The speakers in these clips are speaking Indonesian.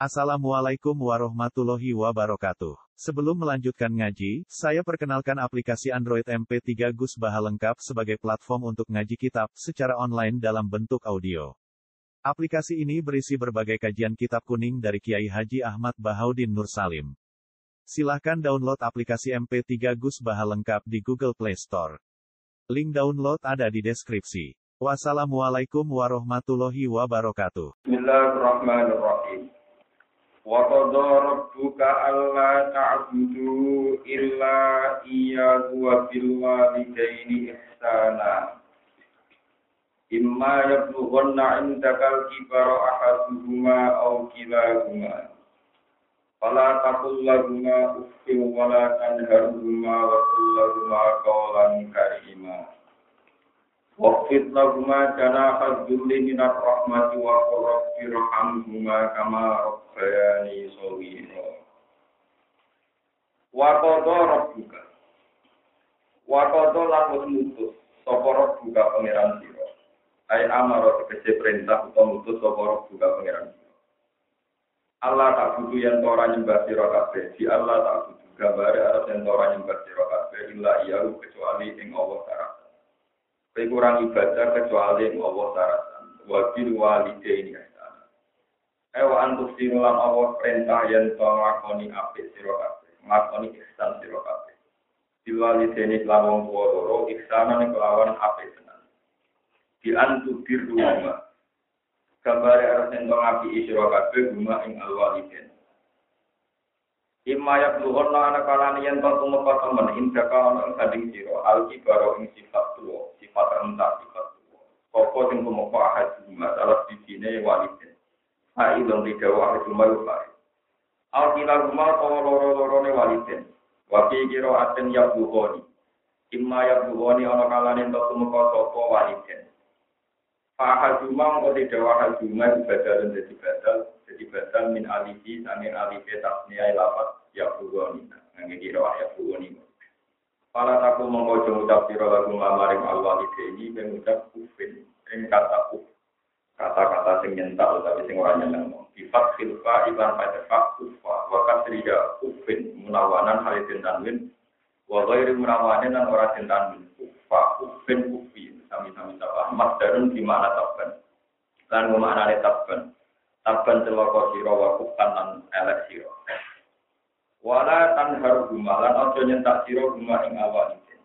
Assalamualaikum warahmatullahi wabarakatuh. Sebelum melanjutkan ngaji, saya perkenalkan aplikasi Android MP3 Gus Baha lengkap sebagai platform untuk ngaji kitab secara online dalam bentuk audio. Aplikasi ini berisi berbagai kajian kitab kuning dari Kiai Haji Ahmad Bahaudin Nur Salim. Silahkan download aplikasi MP3 Gus Baha lengkap di Google Play Store. Link download ada di deskripsi. Wassalamualaikum warahmatullahi wabarakatuh. Bismillahirrahmanirrahim. Wa qadha rabbuka alla ta'budu illa iyyahu wa bil walidayni ihsana. Imma yablughanna 'indaka al-kibara ahaduhuma aw kilahuma. Fala taqul lahumā uffin wa la tanharhumā wa qul lahumā qawlan karīmā. Waqfid lahumā janāha dhulli minar rahmati wa qur rabbirhamhumā kamā rabbayānī shaghīrā. Wa qadha rabbuka. Wa qadha lan mutus sapa rabbuka pangeran sira. Ai amara tegese perintah utawa mutus sapa rabbuka pangeran sira. Allah tak butuh yang ora nyembah sira kabeh. Di Allah tak butuh gambare arep yang ora nyembah sira kabeh illa iyahu kecuali ing Allah Ta'ala. Kurang ibadah kecuali Allah syaratan. Wabil walidaini ihsana. Ewa antuk sinulan Allah perintah yen to nglakoni apik sira kabeh, nglakoni ihsan sira kabeh. Bil walidaini lawan tuwa loro ihsanan kelawan apik tenan. Di antuk birruma. Gambare arep ento ngapiki sira kabeh guma ing alwalidain. Imma yablughanna ana kalane yen to tumeka temen indaka ana ing sanding sira al-kibara ing sifat tuwa, sifat rendah sifat tuwa. Apa sing tumeka ahad masalah dijine walidin. Ai dong digawa cuma lupa. Al-kila rumah to loro-lorone walidin. Wa fi qira'atin yablughani. Imma yablughani ana kalane to tumeka sapa walidin. Fahadumang odi dawa hadumah ibadalan jadi badal min alihi sangin alihi tasniyai lafaz yablughani ngene iki ro yablughani. Para taku mongko ngucap sira lagu maring alwalidaini mengucap ufin ing kata uf. Kata-kata sing nyentak utawi sing ora nyeneng. Sifat khilfa iban pada faktu wa kasriya ufin munawanan halidin tanwin wa ghairi munawanin lan ora den tanwin. Ufa ufin ufin sami-sami sabah masdarun di mana tabban. Lan maknane tabban. Tabban celaka sira wa kufan lan elek sira. Wala tanhar gumalan aja nyentak sira guma ing awalidin.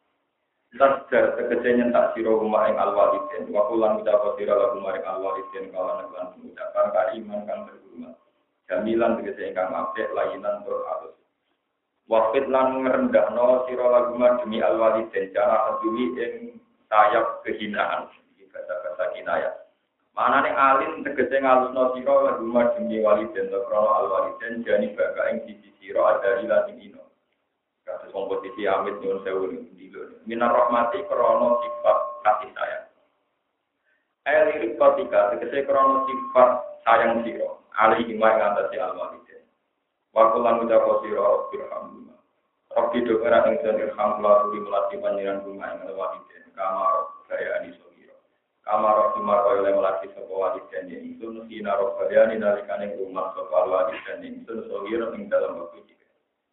Tasdar tegese nyentak sira guma ing alwalidin. Wa kulan ucap sira lagu maring alwalidin kawan lan ucapan kariman kang berhormat. Jamilan tegese ingkang apik layinan tur alus. Waqfid lan ngrendahno sira lagu demi alwalidin cara kedui ing sayap kehinaan. Iki kata-kata kinayah. Manane alim tegese ngalusno sira lagu demi walidin krana alwalidin jani baka ing sisi sira adari lan ino. Kados komposisi amit nyuwun sewu dilo. Minar rahmati krana sifat kasih sayang. Lirik ketika tegese krana sifat sayang sira alaihi wa ngatasi alwalidin. Wa kulan ucap sira birhamdulillah. Rabbi dokera ing alhamdulillah di melati panjenengan rumah ing alwalidin kamar gaya ani Kamar Rasulullah oleh melati sapa walidin ingsun sinar bayani nalikane rumah sapa walidin ingsun sawira ing dalam waktu iki.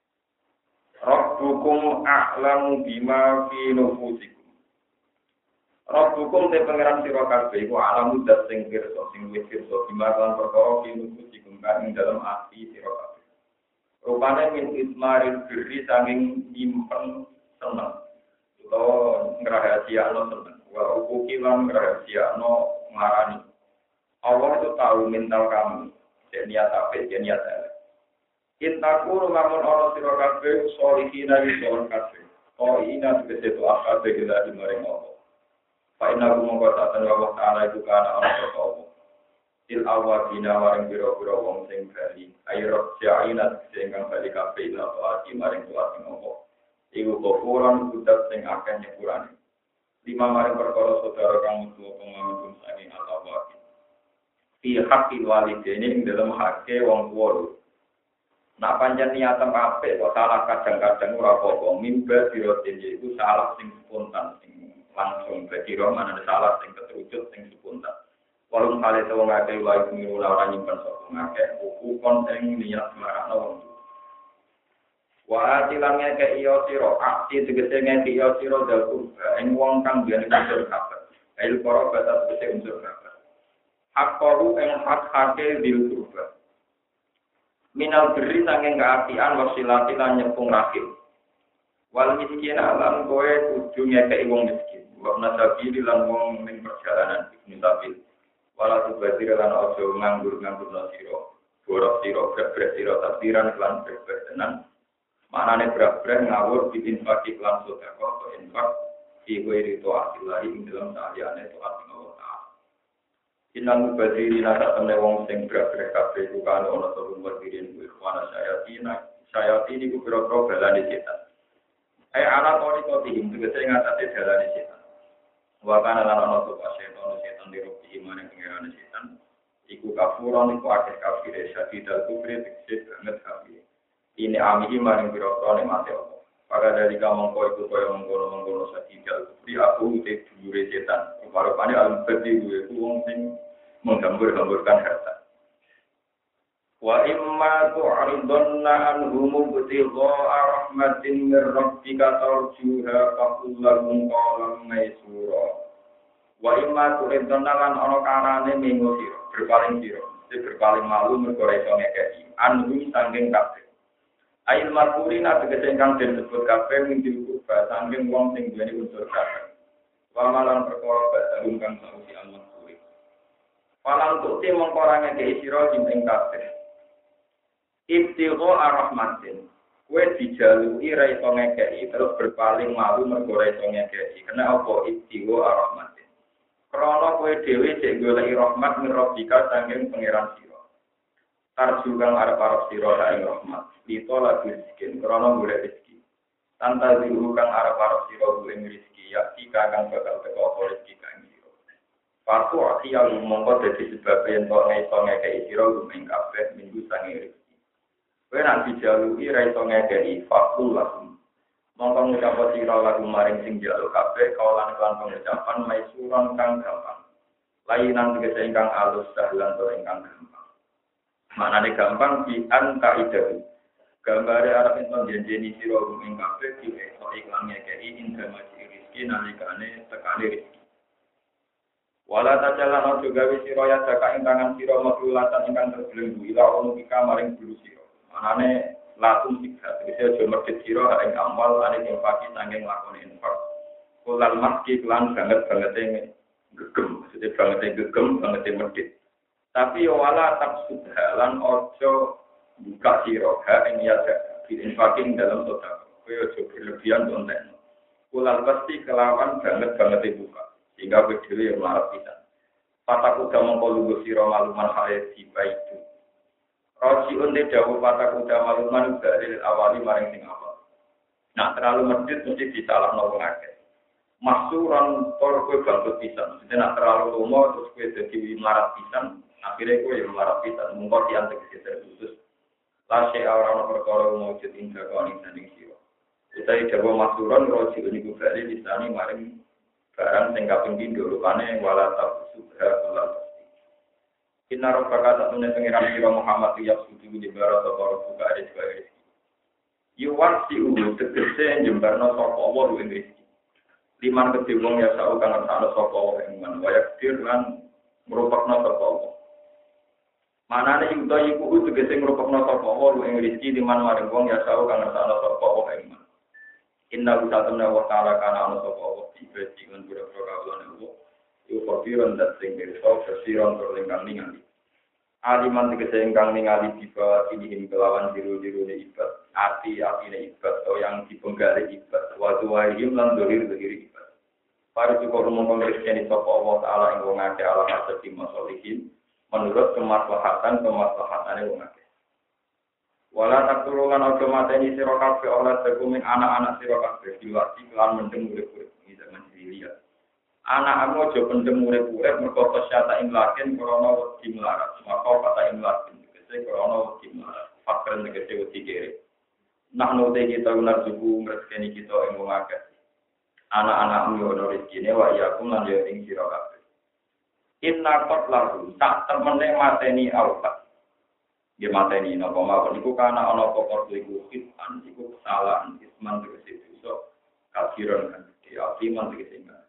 Rabbukum a'lamu bima fi nufusikum. Rabbukum te pangeran sira kabeh iku alamu dat sing pirsa sing wis pirsa bima lan perkara fi nufusikum kang ing dalam ati sira kabeh. Rupane min ismaril birri sanging nyimpen seneng. Utawa ngrahasiakno seneng. Wa ukilan rahasiano ngarani. Allah itu tahu mental kamu. Dan niat apik, dan niat elek. Intaku lamun ana sira kabeh solihina ing soleh kabeh. Oh ina tegese to akabe ila maring Allah. Fa inna mongko satan Allah taala itu kana ana sapa Allah. Il awabina maring biro-biro wong sing bali. Ayo syaina sing kang bali kabeh ila taati maring tuwa sing Allah. Iku kofuran kudat sing akeh nyepurane. Lima maring perkara saudara kang mutu pemamun saking Allah. Fi haqqil walidaini ing dalem hake wong tuwa. Nak pancen niatan apik kok salah kadang-kadang ora apa-apa. Mimba dirotin yaiku salah sing spontan sing langsung bediro mana salah sing keterucut sing spontan. Walum kale to ngake wae kuwi ora nyimpen sapa ngake buku kon sing niat marakno wong. Wa atilan ngake iyo sira akti tegese ngake iyo sira dalku ing wong kang duweni unsur kabeh. Kail para batas tegese unsur kabeh. Akkaru ing hak-hake dil kurba. Minal beri sanging keapian wasilati lan nyepung rahim. Wal miskin alam kowe kudu ngekeki wong miskin. Wa nasabili lan wong ning perjalanan ibnu sabil. Wala tubazir lan ojo nganggur-nganggur sira. Borok sira, brek sira takdiran lan brek tenan. Manane brek ngawur bikin fakih lan sedekah atau infak fi ghairi ta'atillah ing dalam saliyane taat Allah Ta'ala. Inal mubaziri nata temne wong sing brek kabeh ku kan ana to mubadirin ku ikhwana sayati niku pira-pira balane setan. Ana tori kok dihim tegese ngatate dalane setan. Wa kana lan ana to setan dirobi iman pengiran setan. Iku kafuran iku akeh kafir syadidal kufri tegese banget kafir. Ini amihi maring pira-pira nikmate Allah. Pada dari kamu iku kaya mengkono syadidal kufri aku te dulure setan. Rupane al-badi kuwi wong sing menggambur-gamburkan harta. Wa imma tu'ridunna anhum btigha'a rahmatin mir rabbika tarjuha faqul qawlan maysura. Wa imma tu'ridunna lan ana karane minggu sira, berpaling malu mergo iso ngekeki anhum sanging kabeh. Ail markurina tegese kang disebut kabeh minggu kurba sanging wong sing duweni unsur kabeh. Wa malan perkara badalung kang sausi al-mansuri. Palang tukti mengkorange ke sira ing kabeh. Ibtigha arahmatin. Kowe dijaluki ra iso ngekeki terus berpaling malu mergo ra iso ngekeki. Kena apa ibtigha arahmatin. Krana kowe dhewe sik goleki rahmat mirrobika sanging pangeran sira. Tarju kang arep-arep sira ing rahmat. Dito lagi rezeki krana golek rezeki. Tanta diru kang arep-arep sira ing rezeki ya kang bakal teko apa rezeki kang sira. Fatu akhiyal mongko dadi sebab yen to iso ngekeki sira ing kabeh minggu sanging rezeki. Kowe nek dijaluki ra iso ngekeki fakul lakum. Mongko ngucap sira lagu maring sing jaluk kabeh kawalan kan pengucapan maisuran kang gampang. Lainan tegese ingkang alus dahlan to ingkang gampang. Manane gampang di anta idahu. Gambare arep enten janjeni sira ing kabeh diiso iklan ngekeki indamati rezeki nalikane tekane rezeki. Wala tajalan ojo gawe sira ya jaka ing tangan sira maklulatan ingkang terbelenggu ila ono pika maring bulu sira. Manane latung tiga, tegese aja medhit sira ing amal ane ing pagi sanging lakone infak. Kulal maski lan banget-bangete gegem, maksudnya bangete gegem, bangete medhit. Tapi wala taksud halan ojo buka sira ing ya infak ing dalam sedekah. Kowe aja berlebihan konten. Kulal pasti kelawan banget-bangete buka. Sehingga berdiri yang melarat pisan. Pataku damang kolugo siro maluman hayat tiba itu. Roji unde dawu pataku damang maluman dari awali maring sing awal. Nah terlalu medit mesti disalah nolong akeh. Maksuran tor kue bangkut pisan. Jadi nak terlalu lomo terus kue jadi melarat pisan. Akhirnya kue yang melarat pisan. Mungkot yang tegesi khusus. Lashe orang perkara mewujud indah kawaning sanding siro. Utai dawu maksuran roji unde kubali disani maring barang sing kaping pindho rupane wala tabsubha wala pasti. Inna rabbaka satune pengiran sira Muhammad ya suci di barat sapa buka ada juga rezeki. Yuwan si ulu tegese jembarno sapa Allah ing rezeki. Liman kedhe wong ya sak kang ngersakno sapa Allah ing man waya dir lan ngrupakno sapa Allah. Manane yuta iku tegese ngrupakno sapa Allah ing rezeki liman maring wong ya sak kang ngersakno sapa Allah ing man. Inna usatamna wa ta'ala kana ana sapa Allah dibeci lan pira-pira kawulane Allah iku kopiron dat sing berso kesiron terlengkang ningali aliman tegese ingkang ningali dibawa ini kelawan diru-dirune ibad ati-atine ibad atau yang dipenggali ibad wa tuwahim lan dohir-dohir ibad para cukup rumong kristeni sapa Allah ta'ala ing wong akeh ala hasil masolihin menurut kemaslahatane wong akeh. Wala taktulungan ojo mateni sira kabeh oleh dokumen anak-anak sira kabeh diwati lan mendem urip-urip iki zaman dilihat. Anak-anak ojo pendem urip-urip mergo kesyata ing lakin krana wedi melarat. Maka kata ing lakin tegese krana wedi melarat. Fakir tegese wedi kere. Nak note kita unar suku ngreseni kita ing wong akeh. Anak-anak ono rezekine wa yakum lan yo ing sira kabeh. Inna qatlahu sak temene mateni autat. Nggih mateni napa mawon iku kana ana pokok iku khitan iku kesalahan isman tegese dosa kafiran kan dia iman tegese enggak.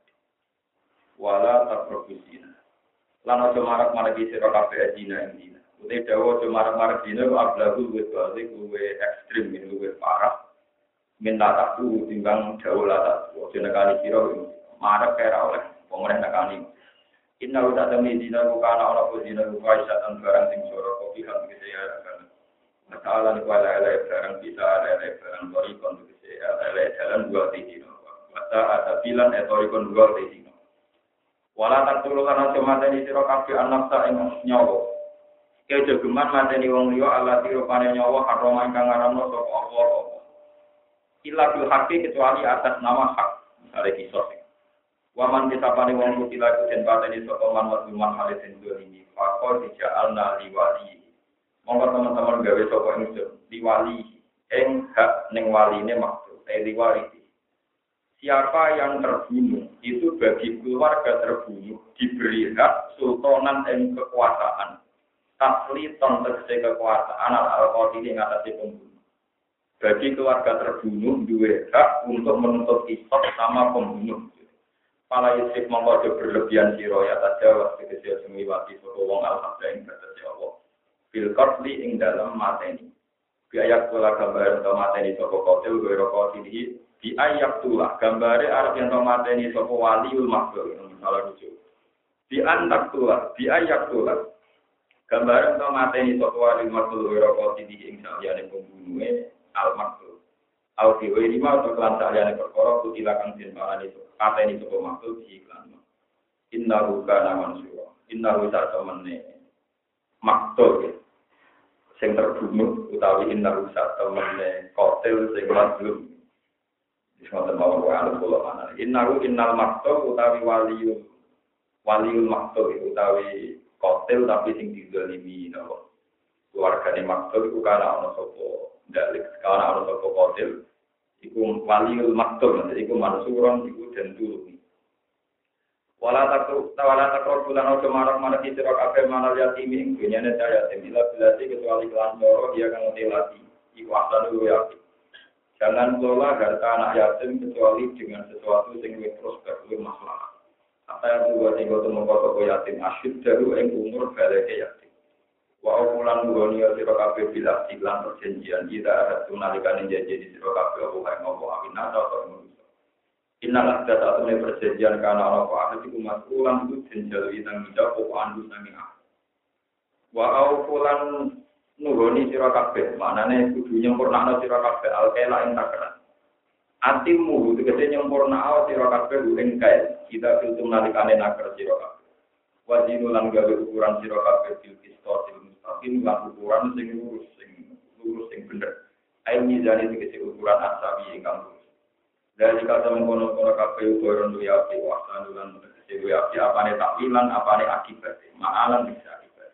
Wala takrobusina. Lan aja marak-marak sira kabeh dina ing dina. Uте dawa aja marak-marak dina ablagu wis balik luwe ekstrem luwe parah. Minta takku timbang dawa latak. Aja nekani sira marak kaya oleh pemerintah nekani. Inna udah demi dina bukan orang pun dina bukan syaitan barang sing soro kopi kan begitu ya kan. Masalah ni kuala elek barang bisa elek barang torikon begitu ya elek jalan dua tinggi no. Masa ada bilan torikon dua tinggi no. Walau tak tulu karena cuma tadi siro kafe anak tak ing nyawa. Kejogeman mateni wong liya Allah tirupane nyawa haram ingkang ngaramno sapa Allah. Illa bil haqqi kecuali atas nama hak. Misalnya kisah. Waman disapane wong kutila iku den pateni sapa man wadman halisin dolimi. Fakor dija'alna liwali. Monggo teman-teman gawe sapa ingsun liwali ing hak ning waline maksud liwali. Siapa yang terbunuh itu bagi keluarga terbunuh diberi hak sultanan dan kekuasaan. Tasliton tegese kekuasaan al-qatil ing atase pembunuh. Bagi keluarga terbunuh duwe hak untuk menuntut kisah sama pembunuh. Pala yusif mongko berlebihan sira ya tajawaz tegese semiwati sapa wong al-hadza ing batase Allah. Bil qatli ing dalem mateni. Biaya kula gambar ento mateni sapa qatil wa raqatihi di ayat tulah gambare arep yen mateni sapa waliul makhluk salah lucu. Di antak tulah di ayat tulah gambare ento mateni sapa waliul makhluk wa raqatihi ing saliyane pembunuhe al-makhluk. Au fi wa lima to kelan saliyane perkara kutilakan den parani kateni sapa makhluk iklan. Innahu kana mansura. Innahu ta'tamane makhluk sing terbunuh utawi innahu ta'tamane qatil sing mazlum. Disebut bahwa Allah Taala mana. Innal makhluk utawi waliul makhluk utawi qatil tapi sing dizalimi napa. Keluargane makhluk iku kana ana sapa dalik kana ana sapa qatil. Iku waliul maktum, jadi iku mansuron, iku dendul. Wala takro bulan ojo marak sira kabeh manal yatimi ing dunyane yatim bila bilasi kecuali kelan loro dia kang ngelati. Iku asal yatim. Jangan kelola harta anak yatim kecuali dengan sesuatu sing wis prospek luwih maslahat. Apa yang buat sing goto mengko yatim asyid daru ing umur baleke yatim. Wa ukulan dunia sira kabeh bila iklan perjanjian kita ada tunalikane janji di sira kabeh apa kae ngopo awina ta ngono. Innalah data atune perjanjian kana ana apa iku mas'ulan itu jenjal itang jawab apa andu sanging ah. Wa ukulan nuhoni sira kabeh manane kudu nyempurnakno sira kabeh alkela ing takaran. Atimu tegese nyempurnakno sira kabeh ing kae kita filtum nalikane nakar sira kabeh. Wajinu lan gawe ukuran sira kabeh bil qistos tapi lan ukuran sing lurus sing bener. Ayo mizane tegese ukuran asabi ingkang lurus. Dari kata mengkono-kono kabeh ukuran duya api wasan lan tegese duya api apane takwilan apane akibat. Maalan bisa akibat.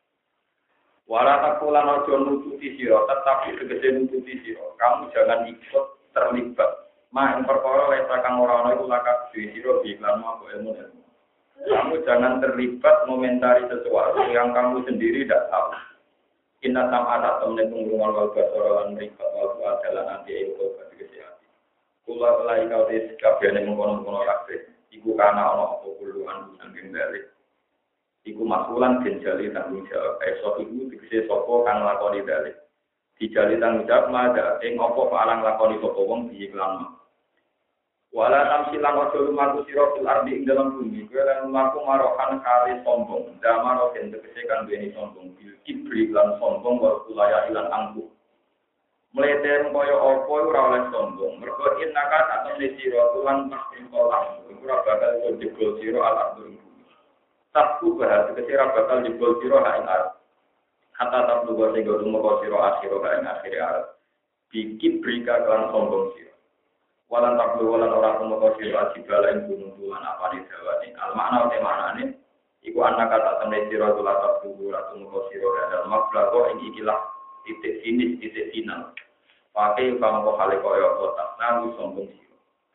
Wala takulan ojo nututi sira tetapi tegese nututi sira. Kamu jangan ikut terlibat. Mak perkara lesa kang ora ana iku lakak sira iklan mau ilmu. Kamu jangan terlibat komentari sesuatu yang kamu sendiri tidak tahu. Inna sam'ata temen pengrungan wal basara lan mripat wal adalan anti itu bagi kesehatan. Kula lai kau des kabehane mengkono-kono kabeh. Iku kana ana apa puluhan sangking balik. Iku masulan den jali tanggung jawab. Esok iku tegese sapa kang lakoni balik. Dijali tanggung jawab madha ing apa palang lakoni sapa wong diiklan. Wala tamsilan ojo lumaku sira fil ardi ing dalam bumi kowe lan lumaku marohan kali sombong damaro den tegese kan duweni sombong bil kibri lan sombong wa kulaya ilan angkuh mleten kaya apa ora oleh sombong mergo innaka atau sira lan pasti kolam ora bakal jebol sira al-ardul takku bahas tegese ora bakal jebol sira ing arep hatta takku wa sing godo sira akhir ing akhir arep bi kibri kan sombong sira walan taklu walan orang pemotor siro ajibala yang gunung tulan apa di Jawa ini al-makna utemanane iku anak kata temui siro tulah taklu ratu pemotor siro dan maklago yang ikilah titik finish titik final pakai kamu kali koyo kotak nalu sombong siro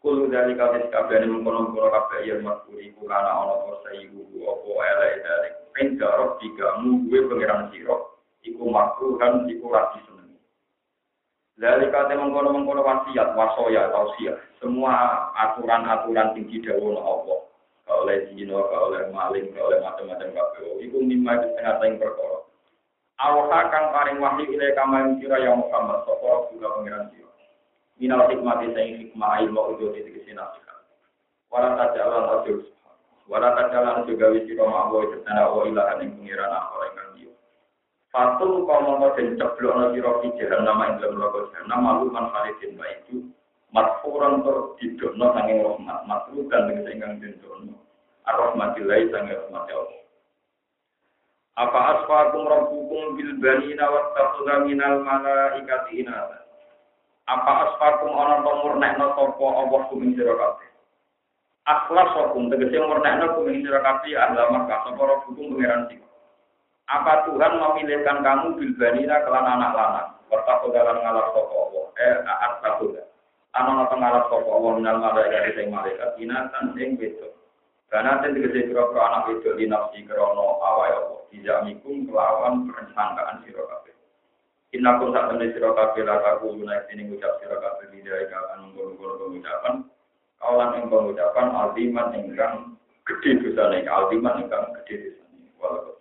Kulo dari kabeh kabeh mengkono-kono kabeh yang makuri kurana ana persayu apa elek dari penjarok digamu duwe pangeran sira iku makruhan iku ra disenengi. Dari kate mengkono-mengkono wasiat wasoya tausiah semua aturan-aturan sing didhawuhna Allah gak oleh zina gak oleh maling gak oleh macam-macam kabeh iku mimma setengah saing perkara. Allah kang paring wahyu ile kamaring sira ya Muhammad sapa juga pangeran sira. Minal hikmati saing hikmah ilmu ujo dikisi nasihat. Wala tajalan ajus. Wala tajalan juga wisiro ma'wa setana wa ilahan yang pengiran akhara ingkang diyo. Fatul kaumongko den ceblokno sira fi nama ing dalem neraka jahannam maluman khalidin baitu matfuran tur didokno sanging rahmat matrukan dengan ingkang den dono. Ar-rahmatillah sanging rahmat Allah. Apa asfaakum rabbukum bil banina wattakhadha minal malaikati inatha. Apa asfakum ana murnekno sapa Allah kuming sira kabeh. Akhlasakum tegese murnekno kuming sira kabeh ahla Makkah sapa hukum pangeran sira. Apa Tuhan memilihkan kamu bilbanina kelan anak lanang? Pertako dalam ngalap sapa Allah. At-takhudha. Ana ngalap sapa Allah minal malaikat sing malaikat inatan sing wedok. Karena tegese sira anak wedok dinafsi krana awake Allah. Tidak mikum kelawan perencanaan sira kabeh. Innakum sak temne sira kabeh la takuluna sing ngucap sira kabeh dhewe kan nggono-nggono pengucapan kawalan ing pengucapan aldiman ingkang gedhe dosane aldiman ingkang gedhe dosane walaupun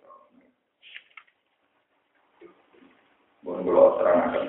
bon kula serangaken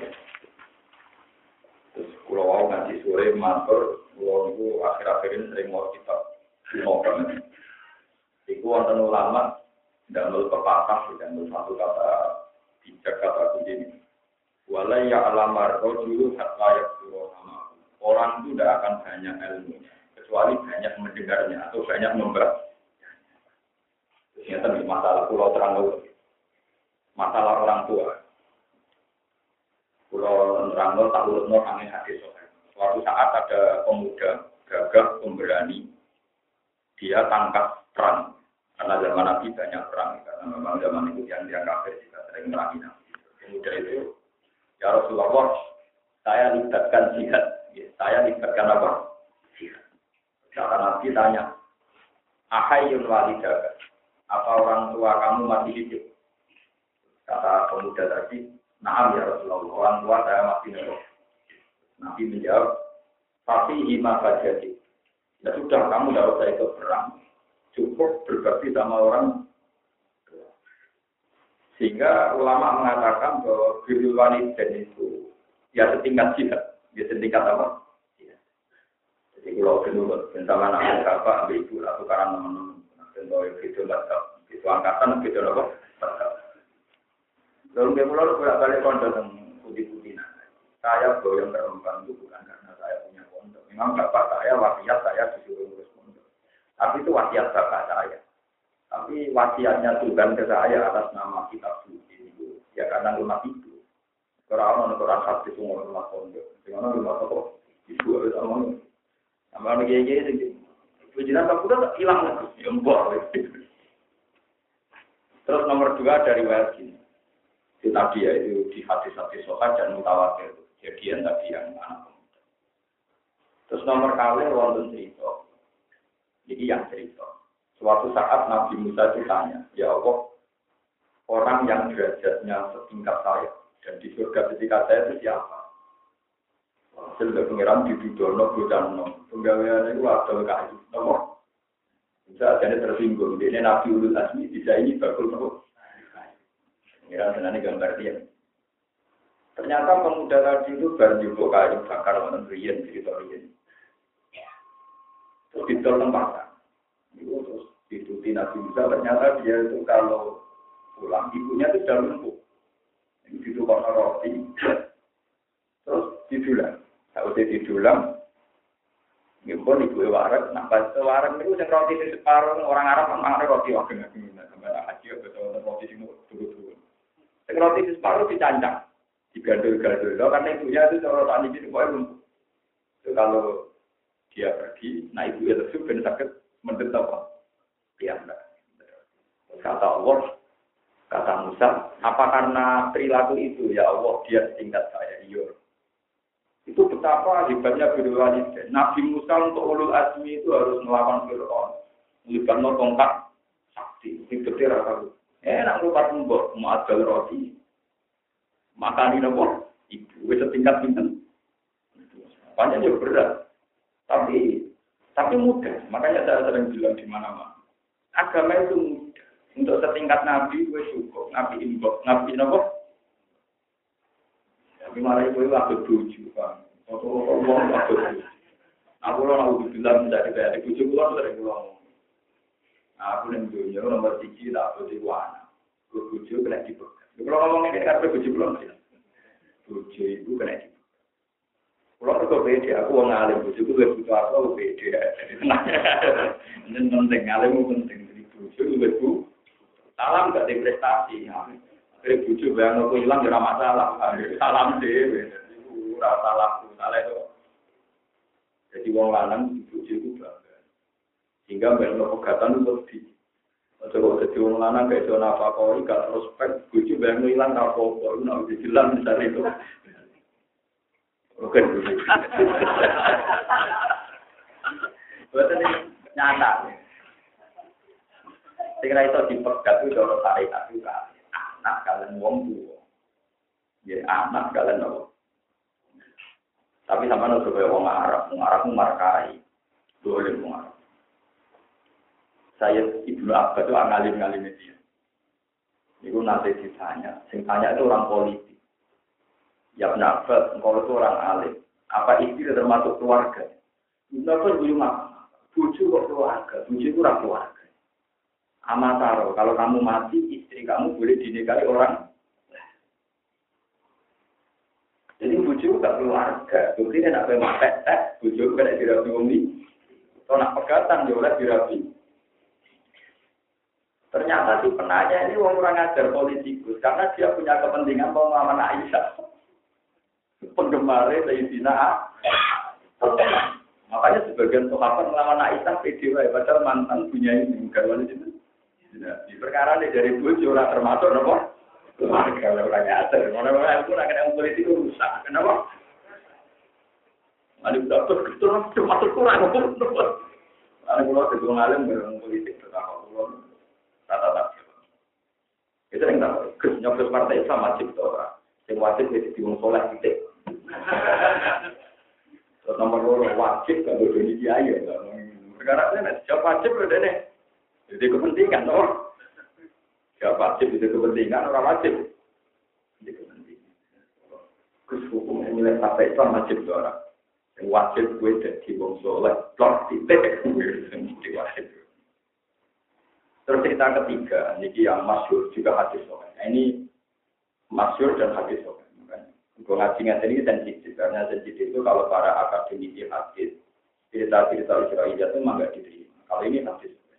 terus kula wau ngaji sore matur kula niku akhir-akhir ini sering mau kitab novel iku wonten ulama ndamel pepatah dan satu kata bijak kata kunci walai ya alamar rojulu hatta yakduro sama orang itu tidak akan banyak ilmunya kecuali banyak mendengarnya atau banyak membaca. Ternyata masalah pulau terang masalah orang tua. Pulau terang tak ulun kami hadis. Suatu saat ada pemuda gagah pemberani dia tangkap perang karena zaman Nabi banyak perang karena memang zaman itu yang dia kafir juga sering merangi Nabi. Pemuda itu ya Rasulullah, saya libatkan jihad. Saya libatkan apa? Jihad. Kata Nabi tanya, Ahayyun walidaga, apa orang tua kamu masih hidup? Kata pemuda tadi, Naam ya Rasulullah, orang tua saya masih hidup. Nabi menjawab, Tapi hima fajati. Ya sudah, kamu tidak usah ikut perang. Cukup berbakti sama orang. Sehingga ulama mengatakan bahwa birrul walidain itu ya setingkat jihad, ya setingkat apa? Jihad. Jadi kalau dulu bersama anak bapak, ambil ibu atau karena teman-teman, tentu itu batal, itu angkatan, itu apa? Batal. Lalu kemudian bolak-balik kondom yang putih-putih. Saya goyang terempan itu bukan karena saya punya kondom. Memang bapak saya wasiat saya disuruh ngurus kondom. Tapi itu wasiat bapak saya. Tapi wasiatnya Tuhan ke saya atas nama kitab suci itu ya karena rumah itu. Orang hadis semua rumah pondok. Dengan rumah pondok itu harus omong. Sama lagi itu. Tujuan tak udah hilang lagi. Embor. Terus nomor 2 dari wajib. Itu tadi ya itu di hadis-hadis sohat dan mutawatir. Jadian tadi yang anak pemuda. Terus nomor kali wonten cerita. Jadi yang cerita. Suatu saat Nabi Musa ditanya, ya Allah, orang yang derajatnya setingkat saya dan di surga ketika saya itu siapa? Hasil pengiran di Dudono, Budano, penggawean itu ada kayu, nomor. Bisa jadi tersinggung, ini Nabi Ulul Azmi bisa ini bakul nomor. Pengiran senang gambar dia. Ternyata pemuda tadi itu baru dibawa kayu bakar warna rian, cerita rian. Terus ditol tempatkan. Itu terus dituti Nabi Musa, ternyata dia itu kalau pulang, ibunya itu sudah lumpuh. Ini ditukar roti, terus didulang. Kalau dia didulang, ngimpun ibu warak, nah pas warak itu yang roti di separuh, orang Arab kan makan roti wageng-wageng, sampai haji, betul roti di dulu-dulu. Yang roti di separuh dicancang, digandul-gandul, karena ibunya itu kalau tani ini pokoknya lumpuh. Kalau dia pergi, nah ibunya tersebut ben sakit menderita apa? Ya, kata Allah, kata Musa, apa karena perilaku itu ya Allah dia setingkat saya? Iya. Itu betapa hebatnya birrul walidain. Nabi Musa untuk ulul azmi itu harus melawan Fir'aun. Melibatkan tongkat sakti. Itu betul aku. Nak lupa tembok, mu'adal roti. Makan ini apa? Ibu, setingkat pinten. Banyak juga berat. Tapi mudah. Makanya saya sering bilang di mana-mana. Agama itu mudah. Untuk setingkat Nabi, gue syukur. Nabi imbok. Nabi apa? Tapi malah itu waktu tujuh, Pak. Waktu tujuh. Aku orang bilang menjadi kayak tujuh bulan sering pulang. Aku yang dunia nomor 3 tak boleh warna. Tujuh kena dipegang. Kalau ngomong ini kan tujuh belum sih. Tujuh itu kena dipegang. Kalau aku beda, aku orang alim. Tujuh itu lebih butuh aku beda. Ini penting, alimmu penting. Jadi tujuh itu lebih salam gak ada prestasi. Dari tujuh bayang aku hilang tidak masalah. Salam deh. Salam itu. Jadi orang lanang tujuh itu bangga. Sehingga bayang pegatan itu lebih. Kalau jadi orang lanang kayak zona fakori, gak prospek, tujuh bayang hilang apa-apa. Itu nak jelas misalnya itu. Oke. Betul ini nyata. Saya kira itu dipegat itu kalau syariat juga. Anak kalian wong tua. Ya anak kalian apa? Tapi sama ada supaya wong Arab markai. Boleh wong Arab. Saya Ibnu Abbas itu ngalim dia. Itu nanti ditanya. Sing tanya itu orang politik. Ya Ibnu Abbas, engkau itu orang alim. Apa istri termasuk keluarga? Ibnu Abbas buyung apa? Buju kok keluarga. Buju itu orang keluarga. Amataro, kalau kamu mati, istri kamu boleh dinikahi orang. Jadi buju gak keluarga. Bukti dia nak memakai buju kena dirapi umi. Kalau nak pegatan, dia boleh dirapi. Ternyata si penanya ini orang ajar politikus. Karena dia punya kepentingan mau melamar Aisyah. Penggemarnya Sayyidina makanya sebagian sahabat melamar Aisyah PDW. Padahal mantan punya ini. Bukan itu. Di perkara ini dari buju orang termasuk apa? Keluarga orang ajar. Orang-orang itu nak politik rusak. Kenapa? Ada betul betul masuk kurang. Ada pulau kedua alim berang politik terutama pulau rata-rata. Itu yang tahu. Nyoblos partai Islam wajib itu orang. Yang wajib itu diung soleh titik. Terus nomor 2 wajib kalau jadi kiai. Perkara ini siapa wajib udah deh. Jadi kepentingan toh. Siapa wajib itu kepentingan orang wajib. Jadi kepentingan. Terus hukum yang nilai partai Islam wajib itu orang. Yang wajib gue jadi wong soleh, plot titik, gue wajib. Terus cerita ketiga, ini yang masyhur juga hadis soleh. Nah, ini masyhur dan hadis soleh. Gue ngaji ini sensitif, karena sensitif itu kalau para akademisi hadis, cerita-cerita Israiliyat itu memang nggak diterima. Kalau ini hadis soleh.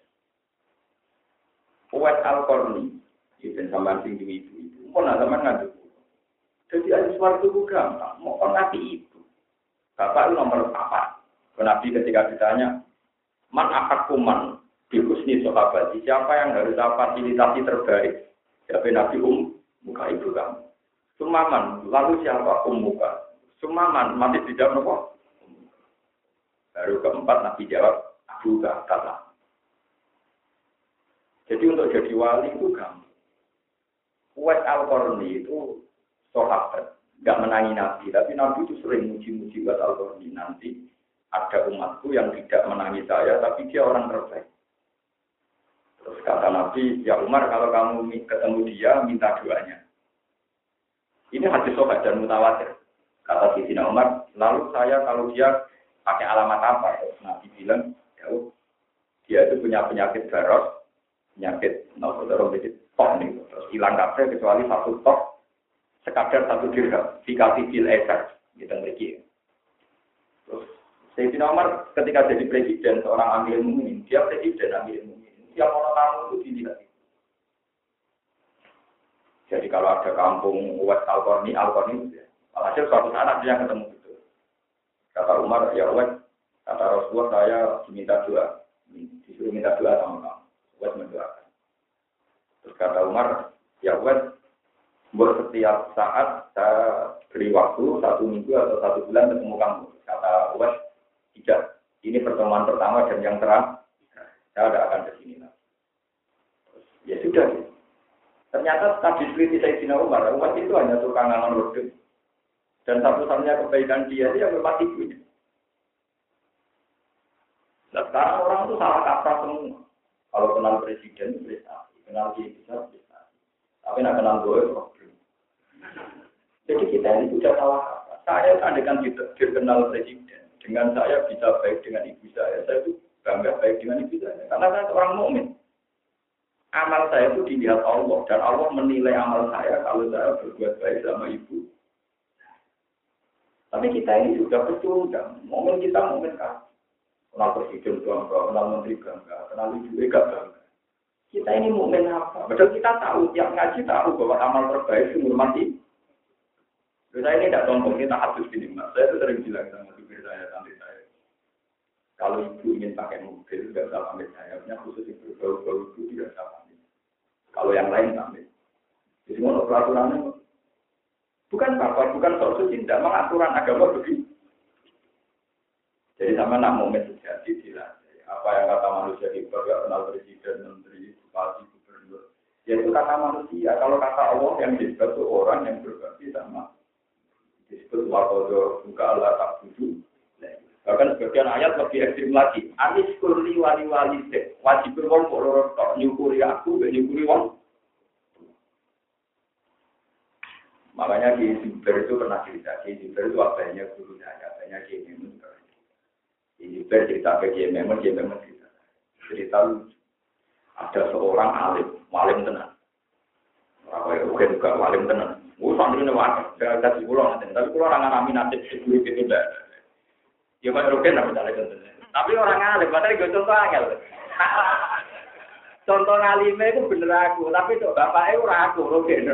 Uwais Al-Qarni, itu sama tinggi itu, mau zaman ngadu. Jadi hadis waktu itu gampang, mau ngasih itu. Bapak itu nomor 4. Nabi ketika ditanya, man akakuman bihusni sahabati, siapa yang harus fasilitasi terbaik? Siapa Nabi muka ibu kamu. Sumaman, lalu siapa muka? Sumaman, masih tidak nopo. Baru keempat Nabi jawab, Abu Bakar. Jadi untuk jadi wali itu gampang. Uwais Al-Qarni itu sahabat. Nggak menangi Nabi, tapi Nabi itu sering muji-muji buat Al-Qarni. Nanti ada umatku yang tidak menangi saya, tapi dia orang terbaik. Terus kata Nabi, ya Umar, kalau kamu ketemu dia, minta doanya. Ini hadis sahih dan mutawatir. Kata Sayyidina Umar, lalu saya kalau dia pakai alamat apa? Nabi bilang, ya dia itu punya penyakit baros, penyakit tok nih, terus hilang kabeh kecuali satu tok. Sekadar 1 dirham, dikasih bil eser, kita memiliki. Terus, Sayyidina Umar ketika jadi presiden, seorang Amirul Mukminin, dia presiden Amirul Mukminin. Tiap orang tamu itu dilihat. Jadi kalau ada kampung Uwais Al-Qarni itu ya. Alhasil suatu saat dia ketemu itu. Kata Umar, ya Uwais, kata Rasulullah saya diminta doa. Disuruh minta doa sama kamu. Uwais mendoakan. Terus kata Umar, ya Uwais, Buat setiap saat saya beri waktu 1 minggu atau 1 bulan ketemu kamu. Kata Uwais, tidak. Ini pertemuan pertama dan yang terakhir. Saya tidak akan ke sini lagi. Ya sudah. Ternyata setelah diteliti Sayyidina Umar itu hanya tukang ngangon rodin. Dan satu-satunya kebaikan dia memang ibunya. Nah, sekarang orang itu salah kaprah semua. Kalau kenal presiden, prestasi. Kenal dia bisa, prestasi. Tapi nak kenal gue, problem. Jadi kita ini sudah salah kaprah. Saya kan dikenal presiden. Dengan saya bisa baik dengan ibu saya itu bangga baik dengan ibu saya. Karena saya seorang mukmin. Amal saya itu dilihat Allah. Dan Allah menilai amal saya kalau saya berbuat baik sama ibu. Tapi kita ini sudah bercundang. Momen kita momen kan. Kenal presiden bangga, kenal menteri bangga, kenal ibu bangga. Kita ini mukmin apa? Padahal kita tahu, tiap ngaji tahu bahwa amal terbaik itu mati. Saya ini tidak sombong, kita harus gini mas. Saya itu sering bilang sama supir saya, santri saya. Kalau ibu ingin pakai mobil, tidak usah pamit saya. Punya khusus ibu, bau-bau ibu tidak usah pamit. Kalau yang lain pamit. Jadi mau peraturannya, bukan apa, bukan soal suci, tidak mengaturan agama begitu. Jadi sama nak momen terjadi dilatih. Apa yang kata manusia hebat, gak kenal presiden, menteri, bupati, gubernur. Ya itu kata manusia. Kalau kata Allah yang hebat itu orang yang berbakti sama. Disebut wakodo buka Allah tak budu. Bahkan sebagian ayat lebih ekstrim lagi. Anis kurli wali dek. Wajib berwong polorot nyukuri aku, gak nyukuri wong. Makanya di Zubair itu pernah cerita. Di Zubair itu abahnya guru saya, abahnya Kiai Memun. Di Zubair cerita ke Kiai Memun cerita lucu. Ada seorang alim, walim tenan. Bukan juga walim tenan. Santri ini wajar, saya kasih pulang nanti. Tapi kalau orang alami nasib guru itu tidak. Ya Pak Rukin lah misalnya contohnya. Tapi orang alim, padahal gue contoh angel. Contoh alimnya itu bener aku, tapi itu bapaknya orang aku, Rukin.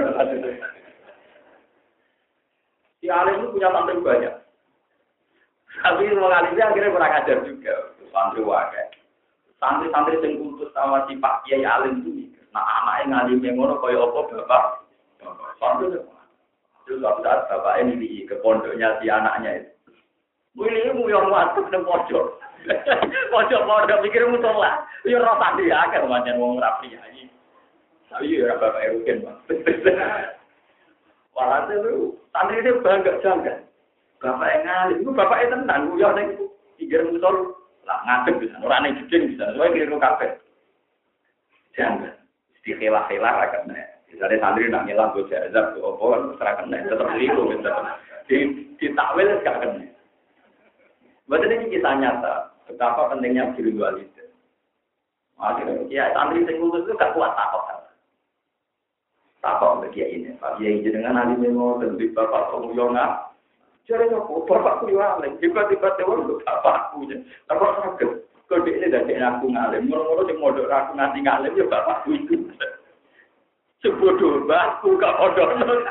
Si alim itu punya santri banyak. Tapi orang alimnya akhirnya kurang ajar juga. Santri wajar. Santri-santri yang kultus sama si Pak Kiai alim itu. Nah anaknya ngalim yang ngono kaya apa bapak. Santri itu. Terus suatu saat bapak ini ke pondoknya si anaknya itu. Ini yang masuk ke pojok. Pojok pikir musola. Ya roh tadi ya kan macam wong rapi aja. Tapi ya bapak Rukin Bang. Walhasil itu santri itu bangga jangan. Bapak yang ngalim itu bapaknya tenang. Ya nek pikir musol lah ngadeg bisa. Ora nek jeding bisa. Soale keliru kabeh. Jangan. Istilah-istilah ra kan. Misalnya santri nak ngilang go jazab go apa ora kena tetep keliru gitu. Ditakwil gak kena. Betul ini kisah nyata, betapa pentingnya biru walidin. Akhirnya, ya santri sing kultus itu gak kuat takut. Takut bagi ini. Pak Kiai dengan ahli memo dan bapak pemuyonga. Jadi aku bapak kuliah, tiba-tiba tewan untuk bapakku. Tapi sakit. Kalau dia ini dari aku ngalim, mulu-mulu di modal aku nanti ngalim ya bapakku itu. Sebodoh bapakku gak bodoh.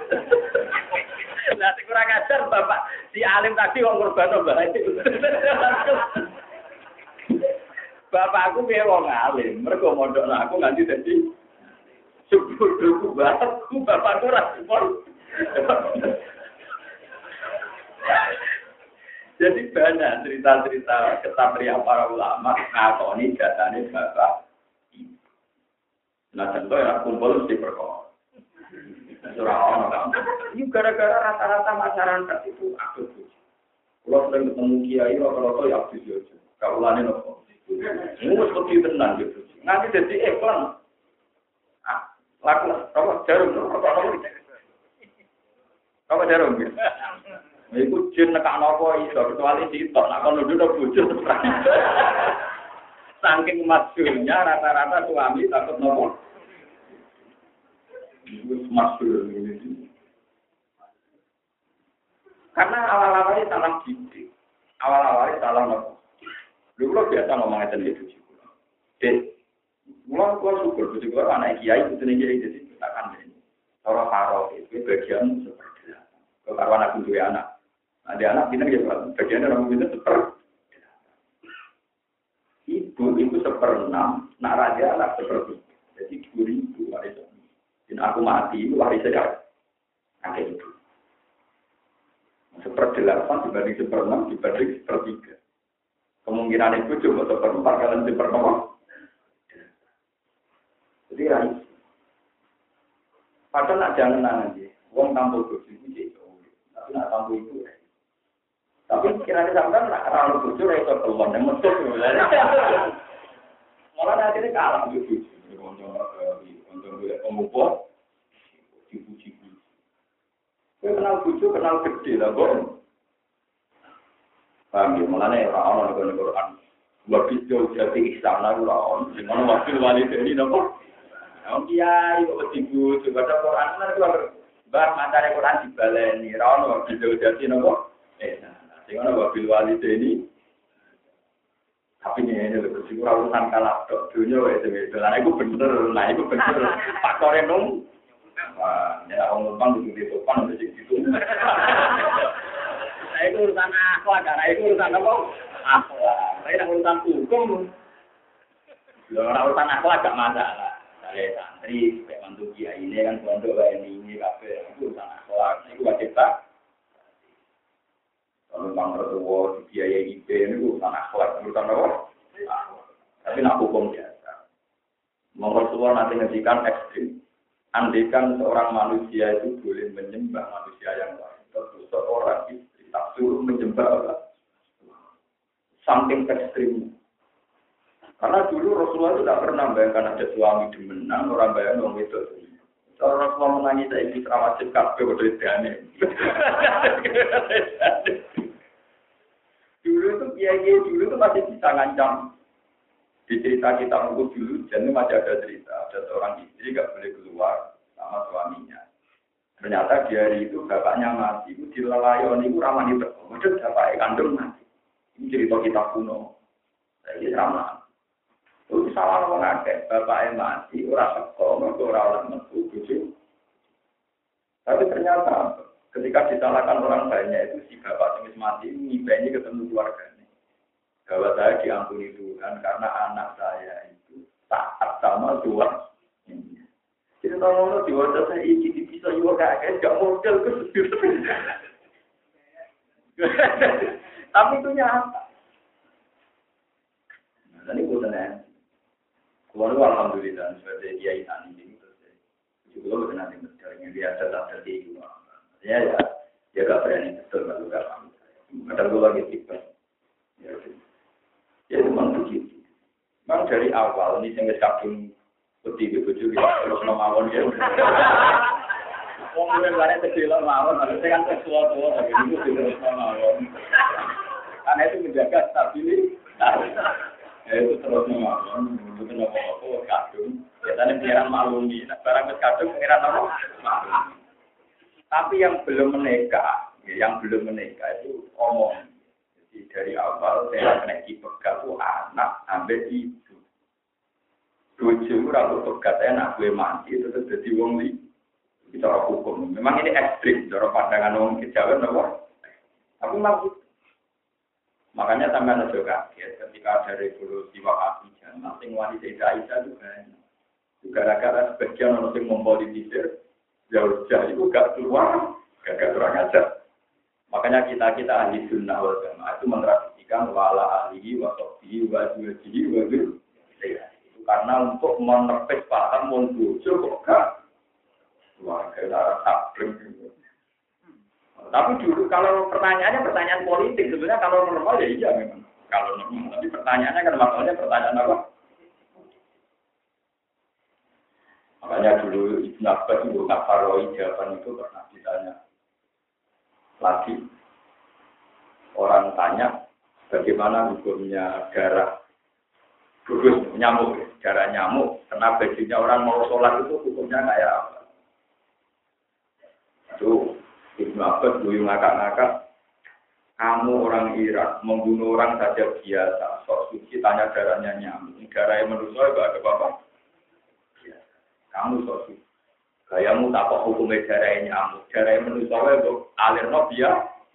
Nanti kurang ajar bapak si alim tadi wong korban mbak itu. Bapakku piye wong alim, mergo mondok aku nganti dadi sebodohku bapakku ora support. Jadi banyak cerita-cerita kesatria para ulama ngakoni jatane bapak. Nah contoh ya kumpul di perkara. Ini gara-gara rata-rata masyarakat itu aktif. Kalau sering ketemu kiai, rata-rata ya aktif aja. Kalau lain apa? Ini seperti tenang gitu. Nanti jadi iklan. Laku, apa jarum? Apa jarum? Iku jin nekak nopo iso kecuali sitok. Nak kalau dulu bujur. Saking masyhurnya rata-rata suami takut nopo. Masyhur ini. Karena awal-awalnya salah didik. Awal-awalnya salah nopo. Dulu biasa ngomongnya tentang itu juga. Mulai gua syukur juga anak kiai itu kiai jadi takkan ini. Orang faro itu bagian seperti itu. Kalau anak punya anak, ada anak pintar ya bagian orang pintar seperti. Ibu 1/6, nak raja anak seperti. Jadi 2.000 warisan. Dan aku mati warisnya Akeh itu. 1/8 dibanding 1/6 dibanding 1/3. Kemungkinan itu cuma 1/4 kalian 1/6. Jadi rai. Padahal nak jangan nanti. Wong tampil bojo itu gitu. Tapi nak tampil itu. Tapi kira-kira sampai nak terlalu bojo itu keluar dan metu. Malah nanti ini kalah bojo. Untuk pemupuk. Cipu-cipu. Saya kenal bojo, kenal gede lah, Bang. Paham ya, makanya orang-orang di Quran. Waktu jauh jadi istana, orang-orang. Dimana wakil wali ini, nopo. Orang kiai, kok cipu. Juga ada Quran, kan keluar. Bah, matanya Quran dibaleni. Orang waktu jauh jadi, nopo. Dimana wakil wali ini. Tapi ini lebih cipu, urusan kalah. Dunia, itu. Karena itu bener. Nah, itu bener. Faktornya, nung. Wah, ya orang numpang di depan udah gitu. Nah itu urusan akhlak, karena itu urusan apa? Akhlak. Tapi urusan hukum, urusan akhlak gak masalah. Dari santri, kayak mantu kiai ini kan pondok kayak ini kafe, itu urusan akhlak. Itu wajib tak? Kalau numpang mertua, biaya IP ini urusan akhlak, urusan apa? Tapi nak hukum biasa. Mertua nanti ngejikan ekstrim. Andaikan seorang manusia itu boleh menyembah manusia yang lain, tentu seorang istri tak suruh menyembah Allah. Saking ekstrim. Karena dulu Rasulullah itu tidak pernah bayangkan ada suami demenan, orang bayang orang itu. Kalau Rasulullah menangis saya ini terawat kabeh bodoh idane. Dulu itu kiai dulu itu masih bisa ngancam. Di cerita kita buku dulu, jadi masih ada cerita. Ada seorang istri nggak boleh keluar sama suaminya. Ternyata di hari itu bapaknya mati. Itu di lelayon itu ramah itu. Udah bapaknya kandung mati. Ini cerita kita kuno. Jadi ramah. Itu salah orang ngakek. Bapaknya mati, orang sekolah, orang metu, gitu. Tapi ternyata ketika disalahkan orang banyak itu si bapak yang mati ini ketemu keluarganya. Bahwa saya diampuni Tuhan karena anak saya itu taat sama Tuhan. Jadi kalau di wajah saya ini bisa juga kayak gak model ke. Tapi itu nyata. Nah, ini bukannya. Keluarga alhamdulillah sebagai kiai tani ini terus. Juga bukan nanti berjalan biasa tak terjadi juga. Ya gak berani betul kalau gak paham. Kadang gue lagi tipe. Ya memang begitu. Memang dari awal ini saya kadung putih begitu terus mawon ya. Wong mulane tegel mawon, harusnya kan sesuatu tapi itu terus mawon. Karena itu menjaga stabilitas. Itu terus mawon, itu apa kadung. Biasanya pengiran maklumi, barang wis kadung pengiran apa? Maklumi. Tapi yang belum menikah itu omong. Jadi dari awal saya kena dipegat tuh anak sampai ibu. Tujuh orang pegat saya nak gue mati itu terus jadi wong li. Bicara hukum. Memang ini ekstrim. Cara pandangan wong kejauhan apa? Tapi maksud. Makanya sampai ada kaget ketika ada revolusi Wahabiyah. Masing wanita Aisyah juga. Gara-gara sebagian orang yang mempolitisir. Jauh-jauh itu gak keluar. Gak kurang ajar. Makanya kita ahli sunnah wal jamaah itu mentradisikan wala ahlihi wa sahbihi wa juwajihi wa dzurriyyah. Itu karena untuk menepis paham wong bojo kok gak keluarga darah tabring. Tapi dulu kalau pertanyaannya pertanyaan politik sebenarnya kalau normal ya iya memang. Kalau normal tapi pertanyaannya kan maksudnya pertanyaan apa? Makanya dulu Ibnu Abbas itu Kafaroi jawaban itu pernah ditanya. Lagi orang tanya bagaimana hukumnya darah gugus nyamuk, darah nyamuk kena bajunya orang mau sholat itu hukumnya kayak apa? Itu Ibnu Abbas dulu ngakak-ngakak, kamu orang Irak membunuh orang saja biasa, sok suci tanya darahnya nyamuk, darah yang manusia itu ada apa? Kamu sok suci. Gayamu tak kok hukumnya darah nyamuk, darah manusia itu alir biar.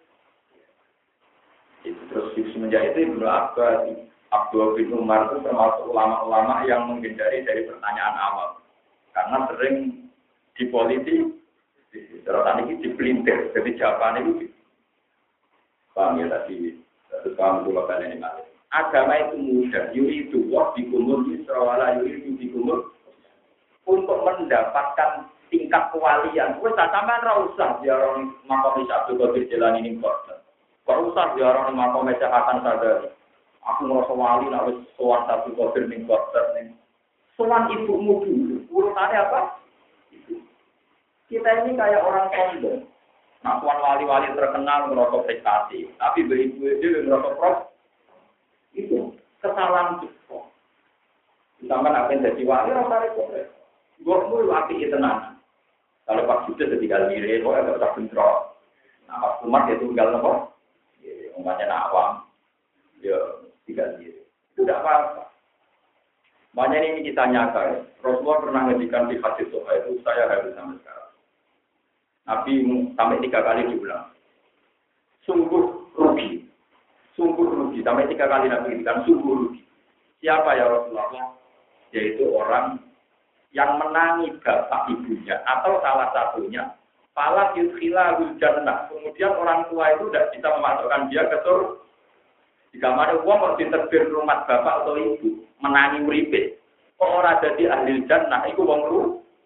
Itu terus semenjak itu Ibnu Abbas, Abdul bin Umar itu termasuk ulama-ulama yang menghindari dari pertanyaan awam, karena sering dipolitik. Cara tadi ini dipelintir, jadi jawaban itu. Paham ya tadi, terus paham dulu kan ini mas. Agama itu mudah, yuri itu wah dikumul, yusrawala yuri itu dikumul. Untuk mendapatkan tingkat kewalian, wes sampean ra usah diarani makom Abdul Qadir Jilani ini kok. Kok usah diarani makom Hasan Sadali. Aku ngerasa wali nek wis sowan Abdul Qadir ning kok ning. Sowan ibumu dulu. Urutannya apa? Kita ini kayak orang sombong. Nah, sowan wali-wali terkenal ngerasa prestasi, tapi ibu itu ngerasa prof. Itu kesalahan kita. Sampai nak jadi wali ora repot. Gue mau latih tenang. Kalau Pak Sudah tinggal diri, kok agak tak bentrok. Nah, Pak Umar dia tinggal nopo. Umatnya awam, dia tinggal diri. Itu tidak apa-apa. Banyak ini kita nyata. Rasulullah pernah ngedikan di hadis soha itu saya harus sampai sekarang. Nabi sampai 3 kali diulang. Sungguh rugi. Sampai 3 kali Nabi ngedikan sungguh rugi. Siapa ya Rasulullah? Yaitu orang yang menangi bapak ibunya atau salah satunya, pala yudkhilahul jannah. Kemudian orang tua itu tidak bisa memasukkan dia ke surga. Jika mana uang mau diterbir rumah bapak atau ibu, menangi uripe, kok ora dadi ahli jannah, iku wong ru.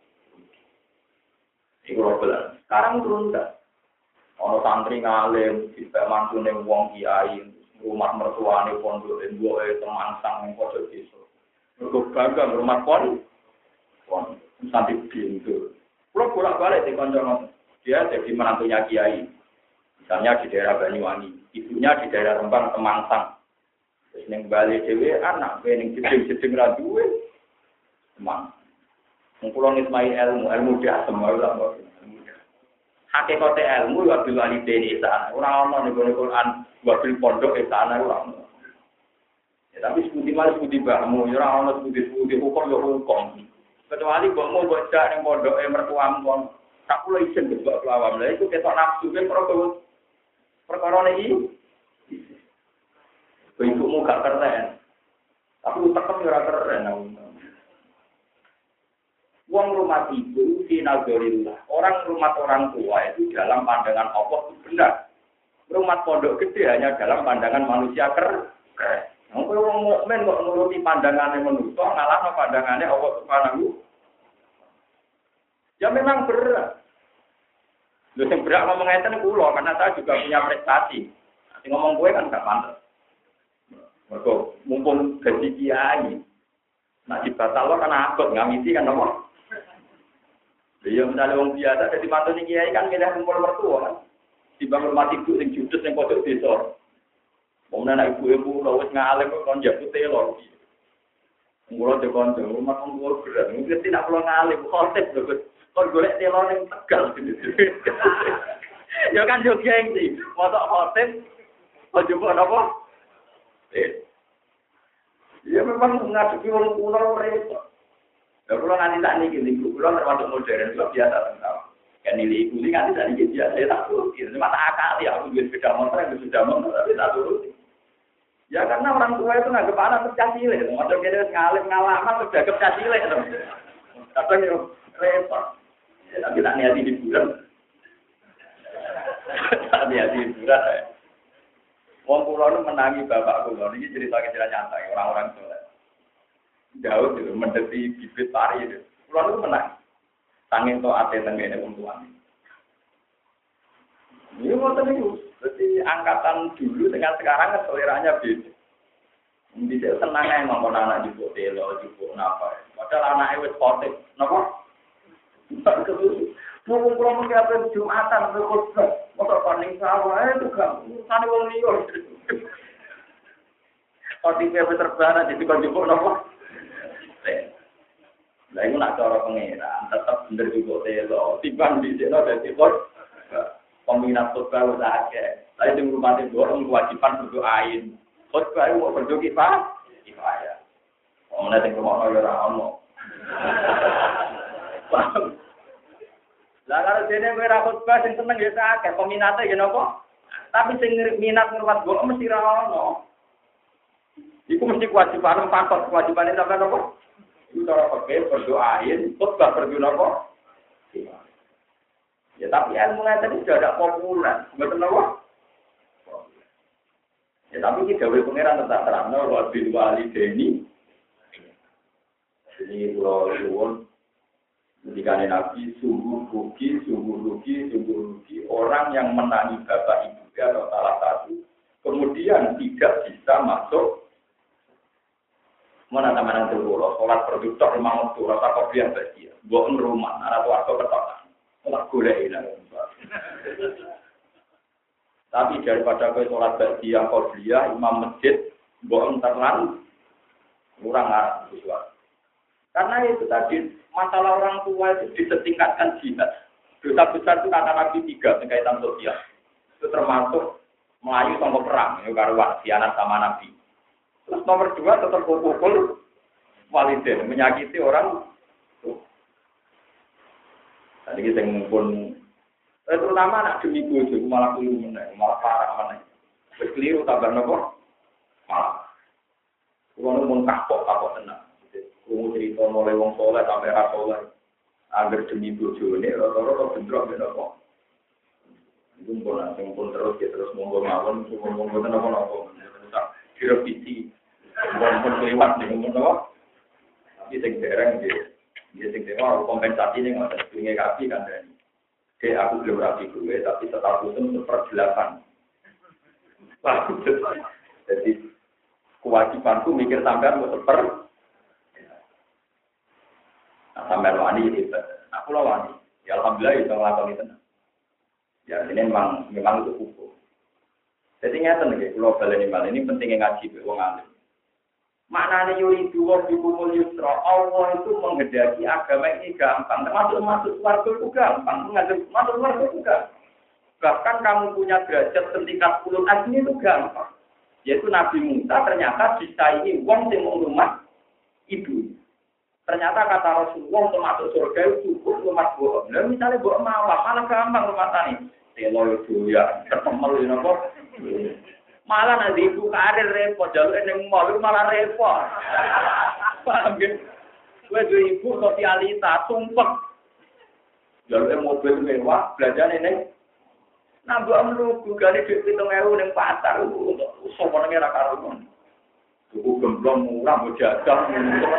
Iku robelan. Sekarang turun dah. Ono santri ngalim, bisa mantune wong kiai, rumah mertuane pondok mboke temangsang ning pojok desa. Mergo bangga rumah pondok. Sampai pintu. Kalau bolak-balik di konco dia jadi menantunya kiai. Misalnya di daerah Banyuwangi, ibunya di daerah Rembang, Temangsang. Terus neng Bali dewe anak, neng jeding raduwe, Temang. Mengkulon Ismail ilmu dia semua lah, hakikat ilmu wabil walidain sana. Orang nih Quran wabil pondok sana orang. Ya, tapi sebuti malah sebuti bahmu, orang sebuti hukum. Kecuali kok mau baca yang pondok mertuam kon, tak pula izin buat pelawam lah itu ketok nafsu kan perkara ini. Ibumu gak keren, tapi utakmu ora keren. Uang rumah ibu finagorillah, rumah orang tua itu dalam pandangan Allah itu benar. Rumah pondok gede hanya dalam pandangan manusia keren. Kalau orang mukmin kok nuruti pandangannya manusia, ngalah pandangannya Allah Subhanahu. Ya memang berat. Lu yang berat ngomong ngeten kula karena saya juga punya prestasi. Nanti ngomong gue kan gak pantas. Mergo mumpung gaji kiai. Nah dibatal kan akut ngamiti kan nomor. Dia misalnya wong biasa jadi mantu kiai kan milih kumpul mertua kan. Dibangun mati ibu sing judes yang pojok desa. Wong anak ibu-ibu lho wis ngalem kok kon njabut telor. Mula de kon rumah kon kulo berat. Mungkin tidak perlu ngalem khotib lho. Kon golek telor ning Tegal. Ya kan yo gengsi. Motok khotib kok coba napa? Ya memang ngadepi wong kuno repot. Ya kulo nganti tak niki kulo termasuk modern biasa tentang. Kan nilai kuning nganti tak niki biasa tak turuti. Cuma tak akal ya aku duwe sepeda motor yang sudah motor tapi tak turuti. Ya karena orang tua itu nggak kepala tercacile, motor kita ngalim ngalaman sudah kecacile, kadang yo repot. Ya, tapi tak niati hiburan, tak niati hiburan. Wong kulo nu menangi bapak kulo, ini cerita nyata orang-orang soleh. Jauh itu mendeti bibit pari itu, kulo nu menang. Tanging to ate tenggene wong tuane. Ini ngoten niku. Berarti angkatan dulu dengan sekarang seleranya beda. Bisa senangnya ngomong anak di botelo, jupuk napa. Padahal anaknya wis khotib, napa? Ngomong pulang mengiapkan Jumatan, berkhutbah, motor paning sawah, itu kan, sana wong liya. Khotibnya terbana jadi kon jupuk napa? Lah iku nak cara pengeran, tetap bener di botelo, timbang di sini dadi kok. Peminat khutbah udah akeh. Saya di rumah itu orang kewajiban berdoain. Khutbah itu berdoa kifayah. Orang nanti rumah orang ono. Lah kalau dene kowe ra khutbah sing seneng ya akeh, peminate ya napa? Tapi sing minat ngurmat kok mesti ra ono. Iku mesti kewajiban patok kewajibane sampean napa? Iku cara pakai berdoain, khutbah berdoa napa? Ya tapi ilmu tadi sudah ada populer, betul apa? Ya tapi kita dewe pangeran tetap terang, wa bil walidaini. Jadi kalau suwon ketika Nabi sungguh rugi orang yang menangi bapak ibu atau salah satu, kemudian tidak bisa masuk mana teman tergolong sholat berduduk memang waktu rasa kopiah bagi buat rumah anak warga ketokan sholat golek ini. Tapi daripada kau sholat bagi yang kopiah imam masjid buat terlan kurang arah sesuatu. Karena itu tadi masalah orang tua itu disetingkatkan jihad. Dosa besar itu kata Nabi 3 berkaitan sosial. Itu termasuk melayu sama perang, ya karuan, khianat sama Nabi. Terus nomor 2 tetap pukul waliden, menyakiti orang tuh. Tadi kita ngumpul, terutama anak demi bojo, malah keliru meneh, malah parah meneh. Wis keliru tambah nopo? Malah. Kulo mun kapok tenang. Kulo cerita mulai wong saleh sampai ra saleh. Agar demi bojone rata-rata bentrok ben apa. Ngumpul terus monggo mawon, monggo napa-napa. Direvisi. Wong lewat ning ngono. Tapi sing dereng sing dereng kompensasi ning ngoten pinge kapi kan dari. Aku belum rapi gue tapi statusnya 1/8. Jadi kewajibanku mikir sampean mau seper. Nah, sampean wani itu. Aku lo wani. Ya alhamdulillah itu ngelakoni tenan. Ya ini memang itu hukum. Jadi nyata nih, kalau balen ini pentingnya ngaji wong alim. Maknanya yuridu wa bikumul yusra, Allah itu menghendaki agama ini gampang. Termasuk masuk surga itu gampang, masuk surga itu gampang. Bahkan kamu punya derajat setingkat ulul azmi itu gampang. Yaitu Nabi Musa ternyata disaingi wong sing wong rumah ibu. Ternyata kata Rasulullah untuk masuk surga itu cukup rumah bohong. Nah misalnya bohong malah gampang rumah tani. Telo itu ya tertemel ini apa? Malah nanti ibu karir repot, jalur yang malu malah repot. Paham kan? Gue tuh ibu sosialita, sumpah. Jalur mobil mewah, belajar ini. Nambah lu juga nih duit 7.000 neng pasar, sopan ngira karun. Tuku gemblong murah, mau jajan.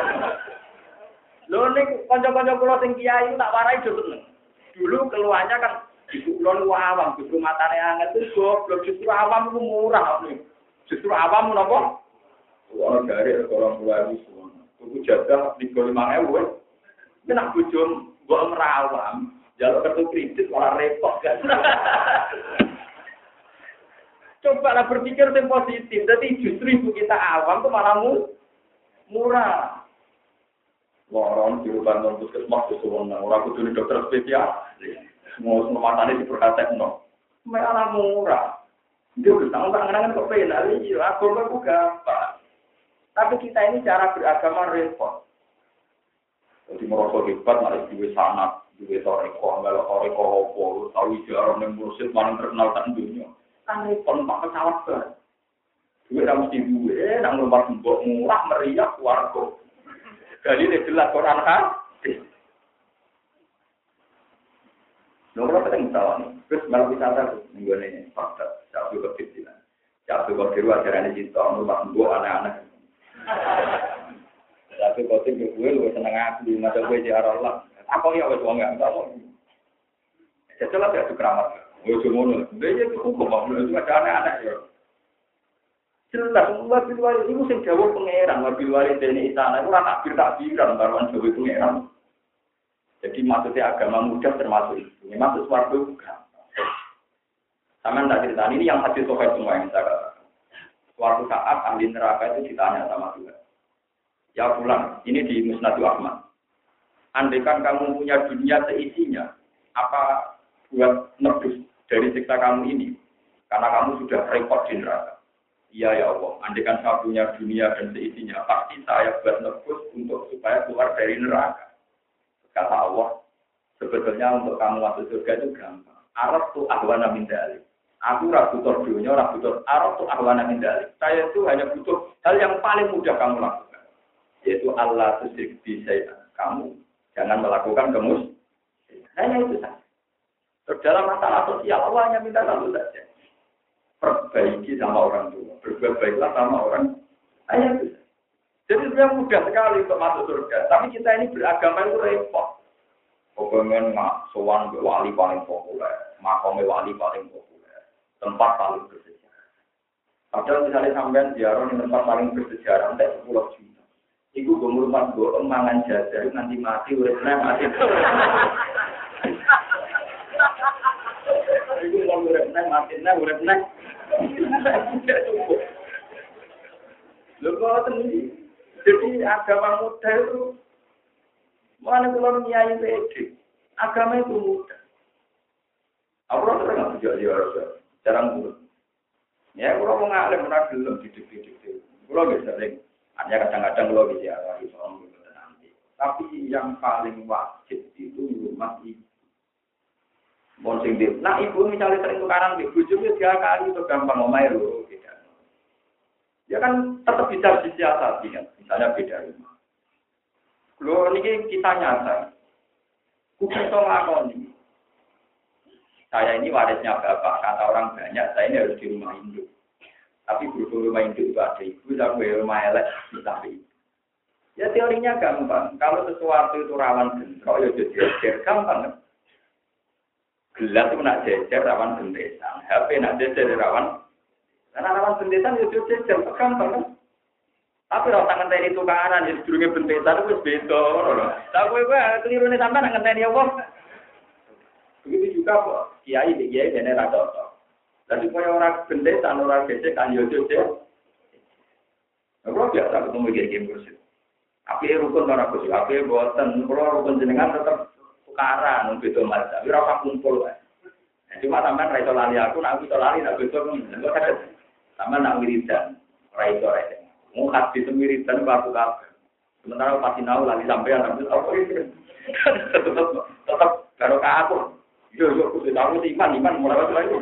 Lo nih konco-konco pulau tinggi ayu tak warai jodoh. Dulu keluarnya kan. Ibu kulon awam, justru matanya anget itu goblok, justru awam itu murah nih. Justru awam menapa? Orang dari orang tua itu semua. Tuku jaga 5.000. Ini nak bujum, buat merawam. Jalur kartu kredit malah repot kan. Cobalah berpikir yang positif. Jadi justru ibu kita awam itu malah murah. Orang di rumah non puskesmas itu semua orang kudu dokter spesial. Mau matanya diperkatek no, malah murah. Dia bertanggung tangan kepenal ini, aku gampang. Tapi kita ini cara beragama repot. Jadi merasa hebat, malah juga sangat, juga toreko, malah toreko hopo, tahu jarang yang mursid paling terkenal tak dunia. Kan repot, pakai pesawat ber. Juga dah mesti gue, nang lompat sembok murah meriah warga. Jadi ini jelas Quran hadis. Nomor apa yang salah nih? Terus malah wisata tuh, minggu ini fakta, satu kecil. Satu kecil ajaran di situ, rumah gue anak-anak. Satu kecil gue lu seneng aku, macam gue di Allah. Apa ya wes enggak mau. Setelah itu keramat, gue cuma nol. Dia itu hukum, itu ada anak-anak ya. Jelas, wabil wali itu sing jawab pangeran, wabil wali dari istana itu rata takbiran baruan jawab pangeran. Jadi maksudnya agama mudah termasuk itu. Ini maksud suatu bukan. Sama tak cerita ini yang hadis sokai semua yang saya katakan. Suatu saat ahli neraka itu ditanya sama Tuhan. Ya pulang, ini di Musnadu Ahmad. Andaikan kamu punya dunia seisinya, apa buat nebus dari siksa kamu ini? Karena kamu sudah repot di neraka. Iya ya Allah, andaikan saya punya dunia dan seisinya, pasti saya buat nebus untuk supaya keluar dari neraka. Kata Allah, sebetulnya untuk kamu masuk surga itu gampang. Arab tu ahwana min dzalik. Aku ora butuh dunia, ora butuh Arab tu ahwana min dzalik. Saya itu hanya butuh hal yang paling mudah kamu lakukan, yaitu Allah tusyrik bi syai'an. Kamu jangan melakukan hanya itu saja. Dalam masalah sosial, Allah hanya minta satu saja. Perbaiki sama orang tua. Berbuat baiklah sama orang ayah. Jadi sebenarnya mudah sekali untuk masuk surga. Tapi kita ini beragama itu repot. Pokoknya sowan wali paling populer. Makomnya wali paling populer. Tempat paling bersejarah. Padahal misalnya sampean ziarah di tempat paling bersejarah, entah 10 juta. Iku gomur-mas go mangan jajar nanti mati uripnya mati. Iku mau uripnya matinya uripnya. Tidak cukup. Lho kok ini. Jadi agama muda itu mana kalau nyai pede. Agama itu muda. Aku rasa nggak bisa dia jarang buruk. Ya, kalau mau ngalim pernah belum didik-didik. Kalau bisa sering, hanya kadang-kadang kalau bisa lagi soal nanti. Tapi yang paling wajib itu rumah ibu. Monsing dia. Nah ibu misalnya sering tukaran ibu juga 3 kali itu gampang ngomai loh. Ya kan tetap bisa disiasati kan. Misalnya beda rumah. Kalau ini kita nyata. Kudu ngakoni. Saya ini warisnya bapak, kata orang banyak, saya ini harus di rumah induk. Tapi berhubung rumah induk itu ada ibu, sampai rumah elek, tapi ya teorinya gampang. Kalau sesuatu itu rawan bentrok, ya jejer, gampang kan? Gelas itu nak jejer, rawan bentesan. HP nak jejer, rawan. Karena rawan bentesan, ya jejer, gampang kan? Tapi kalau tangan tadi tukaran, ya sedurungnya bentesan, itu beda. Tapi gue keliru nih sampai nak ngenteni apa? Begitu juga kok, kiai dan rata-rata. Dan supaya orang bendesan, orang becek kan jodoh. Kalau biasa ketemu kiai kursi. Tapi rukun orang kursi, tapi buatan, kalau rukun jenengan tetap tukaran, untuk itu mas. Tapi rasa kumpul. Cuma sampai raiso lali aku, nak raiso lali, nak besok sama nak wiridan, raiso. Mau hati semiridan baru kabar. Sementara pasti tahu lali sampai anak itu tetap kalau aku. Yo, aku iman mulai lagi.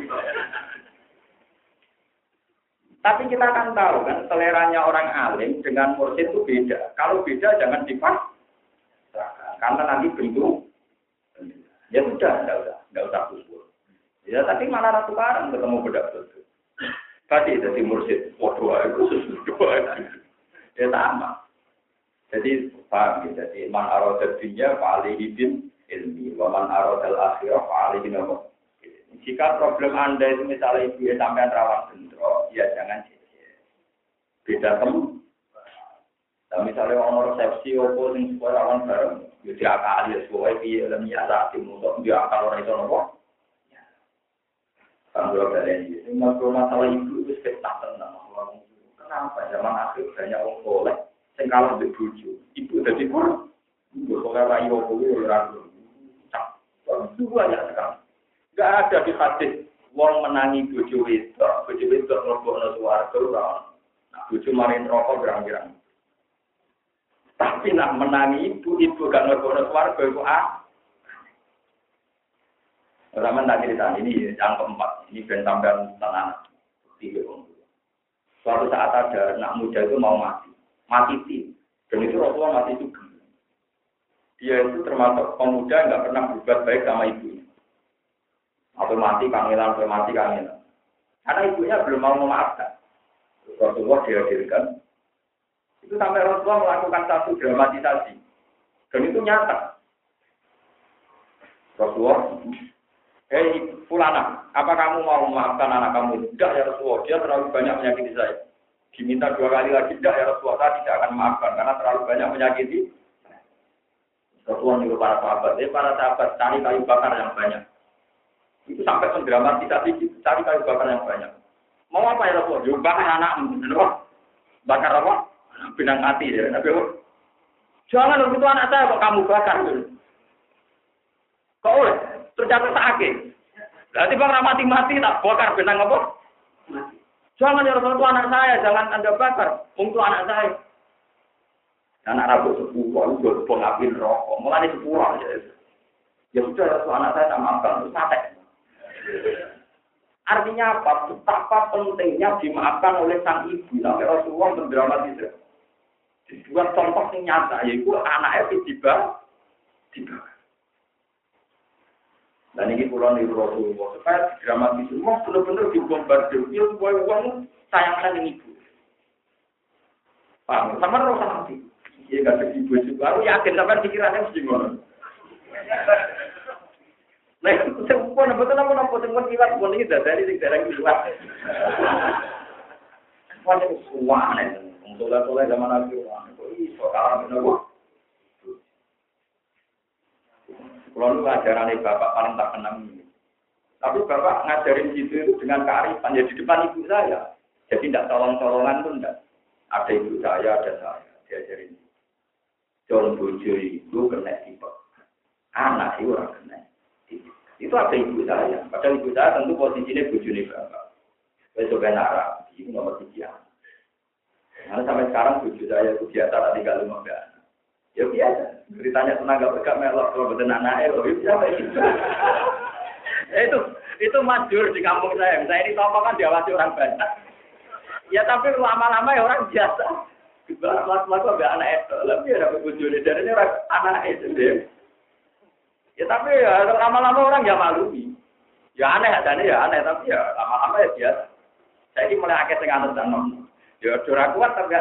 Tapi kita akan tahu kan, seleranya orang alim dengan mursyid itu beda. Kalau beda jangan dipaksa, karena nanti bentuk. Ya sudah, enggak usah kumpul. Ya, tapi malah ratu barang ketemu bedak-bedak. Tadi jadi mursyid, waduh, itu sesuatu. Ya sama. Jadi paham, jadi man arodat dunya paling hidin ilmi, waman arodal akhirah paling hidin. Jika problem Anda itu misalnya ibu sampai rawan bentrok, ya jangan jejer. Beda temu. Nah, misalnya orang resepsi opo sing supaya rawan bareng, ya diakali ya supaya piye lan ya sak untuk dia akal ora iso nopo. Ya. Sambil kalian ini, masalah ibu itu sekitar tenang. Kenapa zaman akhir banyak orang soleh, sing kalah mbek bojo. Ibu dadi kurang. Ibu soleh rayo kuwi ora itu banyak sekali. Enggak ada di hadis wong menangi bojo wedok mlebokno swarga ora. Nah, bojo mari neraka gerang-gerang. Tapi nak menangi ibu gak mlebokno swarga iku Raman tak cerita ini yang keempat. Ini ben sampean tenan. Suatu saat ada anak muda itu mau mati tim. Dan itu Rasulullah mati juga. Dia itu termasuk pemuda yang nggak pernah berbuat baik sama ibunya. Atau mati kangenan. Karena ibunya belum mau memaafkan. Rasulullah dihadirkan. Itu sampai Rasulullah melakukan satu dramatisasi. Dan itu nyata. Rasulullah, hei fulana, apa kamu mau memaafkan anak kamu? Tidak ya Rasulullah, dia terlalu banyak menyakiti saya. Diminta 2 kali lagi, tidak ya Rasulullah, saya tidak akan memaafkan karena terlalu banyak menyakiti. Rasulullah nyuruh para sahabat cari kayu bakar yang banyak. Itu sampai mendramatisasi cari kayu bakar yang banyak. Mau apa ya Rasulullah? Bakar anakmu, bakar apa? Benang mati ya. Nabi, jangan begitu anak saya kok kamu bakar dulu. Kok oleh? Terjatuh sakit. Berarti bang mati tak bakar benang apa? Mati. Jangan ya Rasulullah anak saya, jangan Anda bakar. Untuk anak saya. Anak rambut 10, itu pengapin rokok. Mulai 10 aja. Ya sudah, ya anak saya tak maafkan, itu sate. Artinya apa? Betapa pentingnya dimaafkan oleh sang ibu. Sampai Rasulullah mendramatisir. Dibuat contoh yang nyata, yaitu anaknya tiba. Dan ini pulau di Rasulullah supaya dramatis semua benar-benar dibombardir. Dia supaya uang sayangkan ini ibu. Paham? Sama rasa nanti. Dia nggak ada ibu juga. Aku yakin sampai pikirannya mesti ngono. Nah, semua betul-betul semua kilat pun ini dari darah kilat. Semuanya semua nih. Untuk zaman Nabi Muhammad. Kok kalau menurut kalau lu ngajarin bapak paling tak kenal ini. Tapi bapak ngajarin gitu itu dengan kearifan. Ya di depan ibu saya. Jadi tidak tolong-tolongan pun tidak. Ada ibu saya, ada saya. Diajarin. Jangan bojo itu kena tipe. Anak itu orang kena. Itu ada ibu saya. Padahal ibu saya tentu posisinya bojone bapak. Besok benar. Itu nomor 3. Karena sampai sekarang bojo saya itu biasa tak tinggal 5 anak. Ya biasa. Ceritanya tenaga berkah melok kalau betul anaknya loh. Itu masyhur di kampung saya. Saya ini tokoh kan diawasi orang banyak. Ya tapi lama-lama ya orang biasa. Lama-lama enggak anak itu. Lebih ada bojone dari ini orang anak itu deh. Ya tapi ya lama-lama orang ya malu. Ya aneh adanya ya aneh tapi ya lama-lama ya biasa. Saya ini mulai akeh sing anut dan ya ora kuat tapi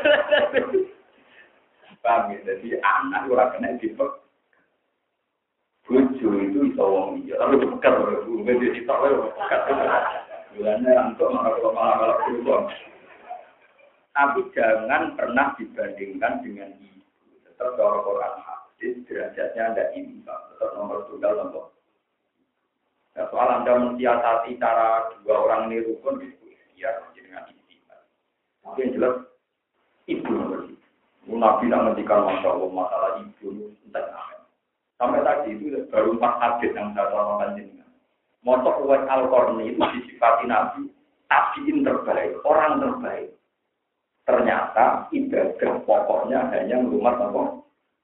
paham ya, jadi anak ora kena dipek. Bojo itu iso wong iya, tapi pekat ora bu, jadi ditok ora pekat. Bulane antuk malah berubah. Tapi jangan pernah dibandingkan dengan ibu. Tetap cara Quran hadis derajatnya ada imbang, tetap nomor tunggal nomor. Nah, soal Anda mensiasati cara 2 orang ini rukun itu ya dengan istimewa. Tapi yang jelas ibu nomor 1. Nabi nak menghentikan Masya Allah masalah ibu entah apa. Sampai tadi itu baru 4 hadis yang saya terangkan jenengan. Motor Uwais Al-Qarni itu disifati Nabi tabiin terbaik, orang terbaik. Ternyata ibadah pokoknya hanya rumah apa?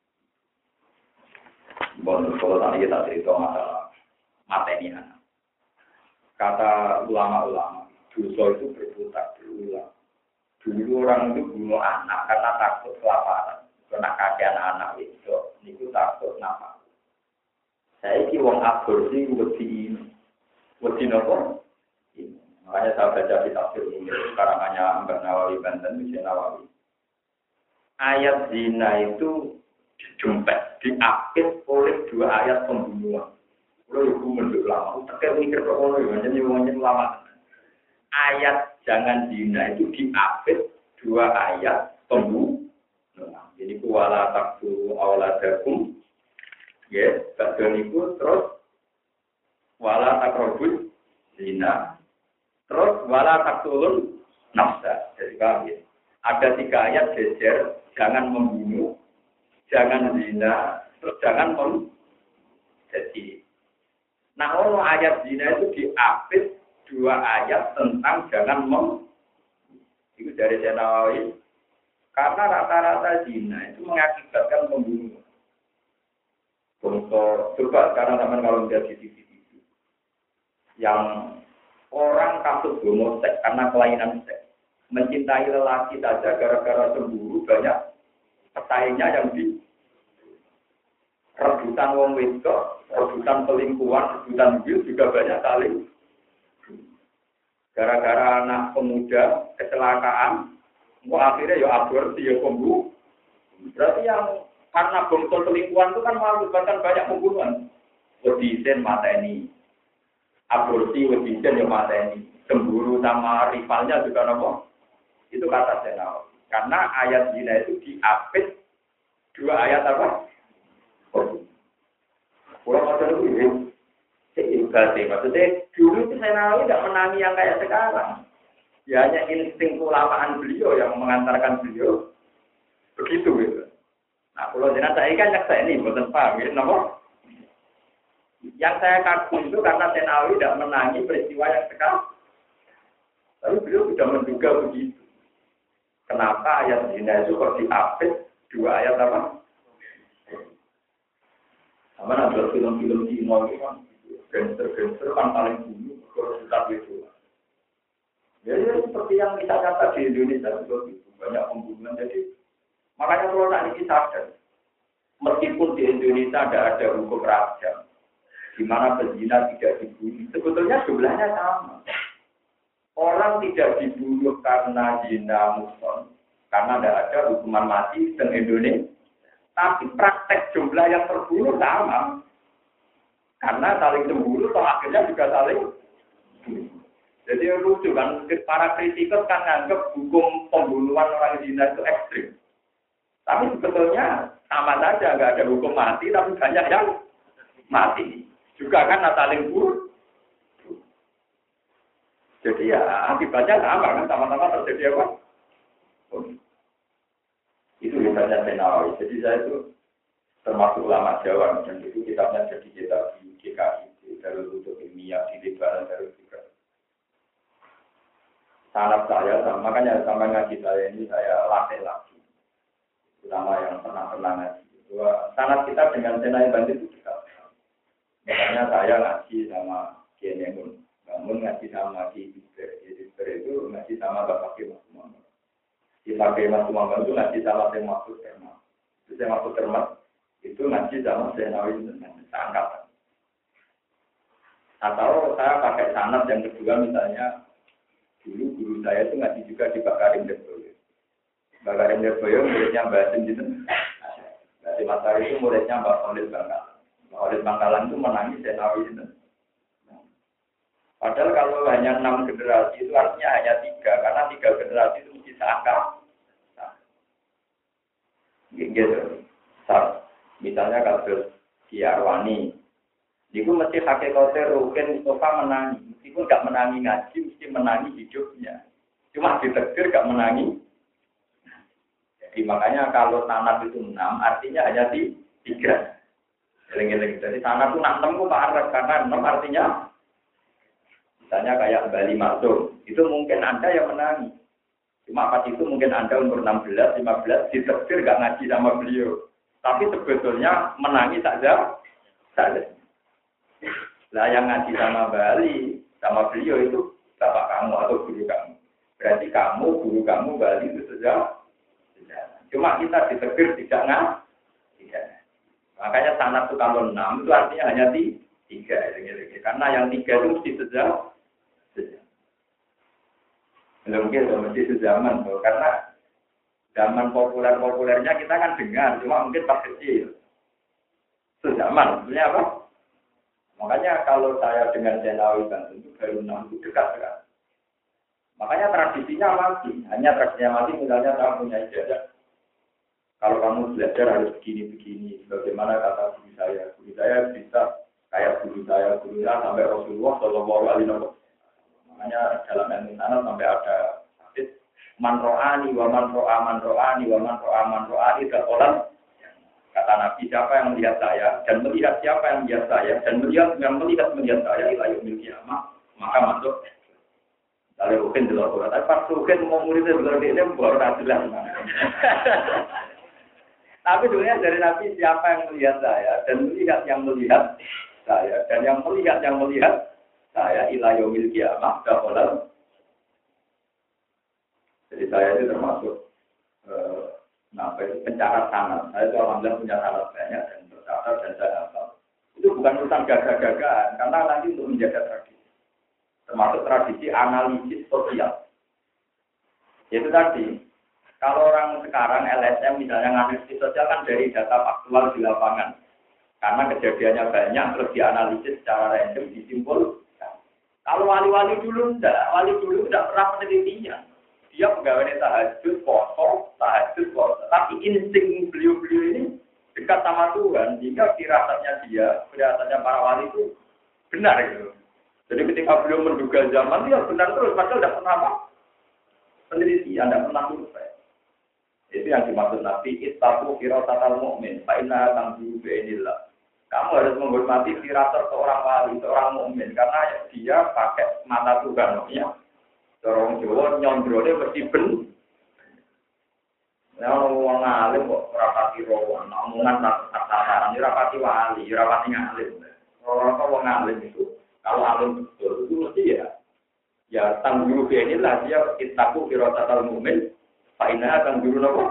Bonus kalau tadi kita cerita masalah materi anak. Kata ulama-ulama, dosa itu berputar berulang. Dulu orang itu bunuh anak karena takut kelaparan. Karena kakean anak itu, itu takut nafas. Saya ini wong aborsi wedi ini. Wedi nopo? Makanya saya baca di tafsir ini, karangannya Mbak Nawawi Banten, Mbak Nawawi. Ayat zina itu dijempet, diapit oleh 2 ayat pembunuhan. Kalau ibu menduk lama, tekan mikir kok ngono ya, jadi ngomongnya lama. Ayat jangan zina itu diapit 2 ayat pembunuhan. Jadi kuwala taktu awladakum, ya, bagian itu terus wala takrobus zina, terus wala taktulun nafsa. Jadi kami ada 3 ayat jejer, jangan membunuh, jangan zina, terus jangan jadi. Nah, kalau ayat zina itu diapit 2 ayat tentang jangan itu dari Nawawi. Karena rata-rata zina itu mengakibatkan pembunuhan. Contoh, coba sekarang teman kalau melihat di TV yang orang kasus homoseks karena kelainan seks, mencintai lelaki saja gara-gara cemburu banyak pesaingnya yang di rebutan wong wedok, rebutan selingkuhan, rebutan bil juga banyak saling. Gara-gara anak pemuda kecelakaan, akhirnya ya aborsi ya pembunuh. Berarti yang karena bongkol selingkuhan itu kan mengakibatkan banyak pembunuhan. Wedisen mateni, aborsi wedisen ya mateni, cemburu sama rivalnya juga nopo. Itu kata Senal. Karena ayat zina itu diapit 2 ayat apa? Kurang ada lebih. Maksudnya dulu itu Senal tidak menangi yang kayak sekarang. Ya hanya insting keulamaan beliau yang mengantarkan beliau begitu gitu. Nah, kalau jenazah saya kan nyaksa ini, bukan paham, gitu, nomor. Yang saya kagum itu karena Senawi tidak menangi peristiwa yang sekarang. Tapi beliau sudah menduga begitu. Kenapa ayat zina itu kok diapit 2 ayat apa? Sama ada film-film di Indonesia kan, gangster-gangster kan paling dulu, kalau kita itu. Ya, seperti yang kita kata di Indonesia juga gitu, banyak pembunuhan. Jadi makanya kalau tak ini sadar, meskipun di Indonesia tidak ada hukum rajam, di mana pezina tidak dibunuh. Sebetulnya jumlahnya sama. Orang tidak dibunuh karena zina muson, karena tidak ada hukuman mati di Indonesia. Tapi praktek jumlah yang terbunuh sama. Karena saling cemburu, toh akhirnya juga saling bunuh. Jadi lucu kan, para kritikus kan nganggap hukum pembunuhan orang zina itu ekstrim. Tapi sebetulnya sama saja, nggak ada hukum mati, tapi banyak yang mati. Juga kan saling bunuh. Jadi ya akibatnya sama kan, sama-sama terjadi apa? Itu misalnya Senawi. Jadi saya itu termasuk ulama Jawa, dan itu kitabnya jadi kitab di GKI, Darul Kutub Ilmiah, di Lebaran Darul Kutub. Sangat saya, makanya sama ngaji saya ini saya latih lagi. Terutama yang pernah ngaji. Bahwa sangat kita dengan Senawi Bandir itu dekat. Misalnya saya ngaji sama Genemun. Namun ngaji sama Ki Iber itu ngaji sama Bapak Ki Mas Muhammad. Di Pakai Mas Muhammad itu ngaji sama Syekh Mahfud Termat. Syekh Mahfud Termat itu ngaji sama Syekh Nawawi seangkatan. Atau saya pakai sanad yang kedua misalnya dulu guru saya itu ngaji juga di Pak Karim Derboyo. Pak Karim Derboyo muridnya Mbak Asim gitu. Dari Matahari itu muridnya Mbak Khalid Bangkalan. Mbak Khalid Bangkalan itu menangis Syekh Nawawi itu. Padahal kalau hanya 6 generasi itu artinya hanya 3, karena 3 generasi itu mesti seangkat. Gitu. Misalnya kasus Ki Arwani, itu mesti hakikatnya Rukin Mustafa menangi, meskipun nggak menangi ngaji, mesti menangi hidupnya. Cuma ditegur nggak menangi. Jadi makanya kalau sanad itu 6, artinya hanya 3. Jadi sanad itu 6 itu parah, karena 6 artinya misalnya kayak Bali Maksum, itu mungkin Anda yang menangi. Cuma pas itu mungkin Anda umur 16, 15, ditegur gak ngaji sama beliau. Tapi sebetulnya menangi saja. Lah yang ngaji sama Bali, sama beliau itu bapak kamu atau guru kamu. Berarti kamu, guru kamu, Bali itu saja. Cuma kita ditegur tidak ngaji. Makanya sanad itu kalau 6, itu artinya hanya 3. Karena yang 3 itu mesti sejauh. Mungkin mesti sejaman, karena zaman populernya kita kan dengar, cuma mungkin pas kecil. Sejaman, sebenarnya apa? Makanya kalau saya dengan Senawi Banten itu baru 6 itu dekat sekali. Makanya tradisinya mati, hanya tradisinya mati misalnya saya punya ijazah. Kalau kamu belajar harus begini, bagaimana kata guru saya bisa kayak guru saya sampai Rasulullah Shallallahu Alaihi Wasallam. Makanya dalam ilmu sanad sampai ada hadis man ro'ani wa man ro'ani wa man ro'ani dakolan. Kata Nabi, siapa yang melihat saya dan melihat siapa yang melihat saya dan melihat saya ila yaumil kiamah, maka masuk. Lalu Rukin dulu, tapi pas Rukin mau muridnya belum ini baru jelas. Tapi sebenarnya dari Nabi siapa yang melihat saya dan melihat yang melihat saya dan yang melihat saya ila yaumil kiamah dakolan. Jadi saya itu termasuk pencatat sanad. Saya itu alhamdulillah punya sanad banyak dan tercatat dan saya hafal. Itu bukan urusan gagah-gagahan, karena nanti untuk menjaga tradisi. Termasuk tradisi analisis sosial. Itu tadi, kalau orang sekarang LSM misalnya analisis sosial kan dari data faktual di lapangan. Karena kejadiannya banyak, terus dianalisis secara random, disimpul. Kalau wali-wali dulu tidak pernah penelitian. Dia pegawai tahajud, poso. Tapi insting beliau-beliau ini dekat sama Tuhan, sehingga firasatnya para wali itu benar gitu. Jadi ketika beliau menduga zaman, dia benar terus, padahal tidak pernah apa? Penelitian, tidak pernah survei. Itu yang dimaksud Nabi, ittaqu firasatal mu'min, fa inna tanzuru bi'inillah. Kamu harus menghormati firasat seorang wali, seorang mukmin, karena dia pakai mata Tuhan, ya. Orang Jawa nyondrone mesti ben. Nah, wong alim kok rapati rowan, omongan tataran, rapati wali, rapati ngalim. Orang wong alim itu, kalau alim betul itu mesti ya tanggung inilah dia ittaqu firasatal mu'min, fa inna tanzuru napa?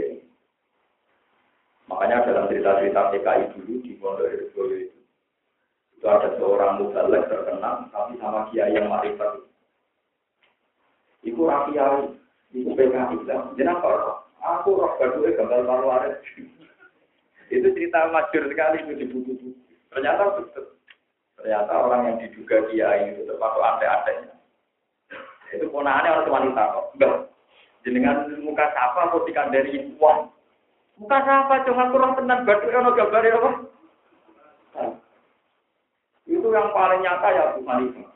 Makanya dalam cerita-cerita PKI dulu di Pondok Herboyo itu, Itu ada seorang mubalek terkenal, tapi sama kiai yang marifat. Iku rakyat, iku PKI. Jangan kok, aku roh badue gambar waris. Itu cerita masyhur sekali itu di buku-buku. Ternyata betul. Ternyata orang yang diduga kiai itu termasuk ante-antenya. Itu ponakannya orang wanita kok. Enggak. Jenengan muka sapa kok dikandani uang. Muka sapa cuma kurang tenan badhe ono gambare apa? Itu yang paling nyata ya Abu Hanifah.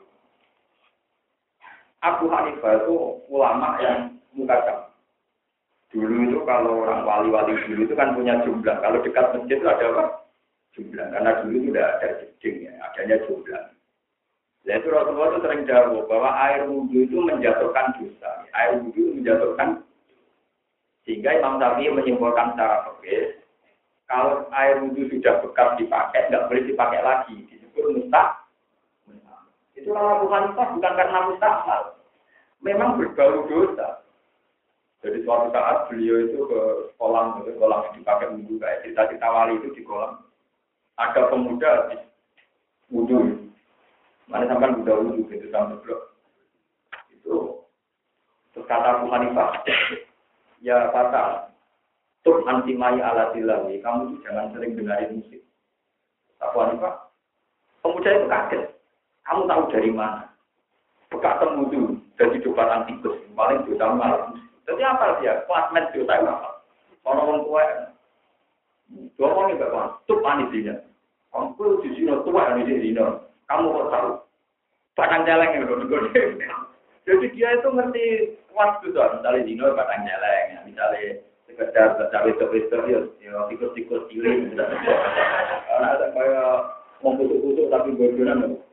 Abu Hanifah itu ulama yang mukadam. Dulu itu kalau orang wali-wali dulu itu kan punya jumlah. Kalau dekat masjid itu ada apa? Jumlah. Karena dulu itu tidak ada jeding ya, adanya jumlah. Nah itu Rasulullah itu sering jawab bahwa air wudhu itu menjatuhkan dosa. Air wudhu itu menjatuhkan. Sehingga Imam Syafi'i menyimpulkan secara fikih, kalau air wudhu sudah bekas dipakai, nggak boleh dipakai lagi. Disebut mustahil. Itu kalau Abu Hanifah bukan karena mustahil. Memang berbau dosa. Jadi suatu saat beliau itu ke kolam yang dipakai wudhu kayak cerita-cerita wali itu di kolam. Ada pemuda di wudhu. Mana sampai udah wudhu gitu sampai blok. Itu terus kata Abu Hanifah, ya fatal. Tuk antimai alatillahi, kamu tuh jangan sering dengarin musik. Abu Hanifah, pemuda itu kaget. Kamu tahu dari mana? Bekas wudhu jadi cobaan tikus, paling dosa malam. Jadi apa dia? Klasmen dosa apa? Orang tua. Dua orang ini berapa? Tuk anisinya. Kamu di sini tua di sini. Kamu kok tahu? Batang celeng itu. Jadi dia itu ngerti waktu tuh. Misalnya dino batang celeng. Misalnya sekedar cabai-cabai ya tikus-tikus cilik. Karena ada kayak mau kusuk-kusuk tapi bodohan.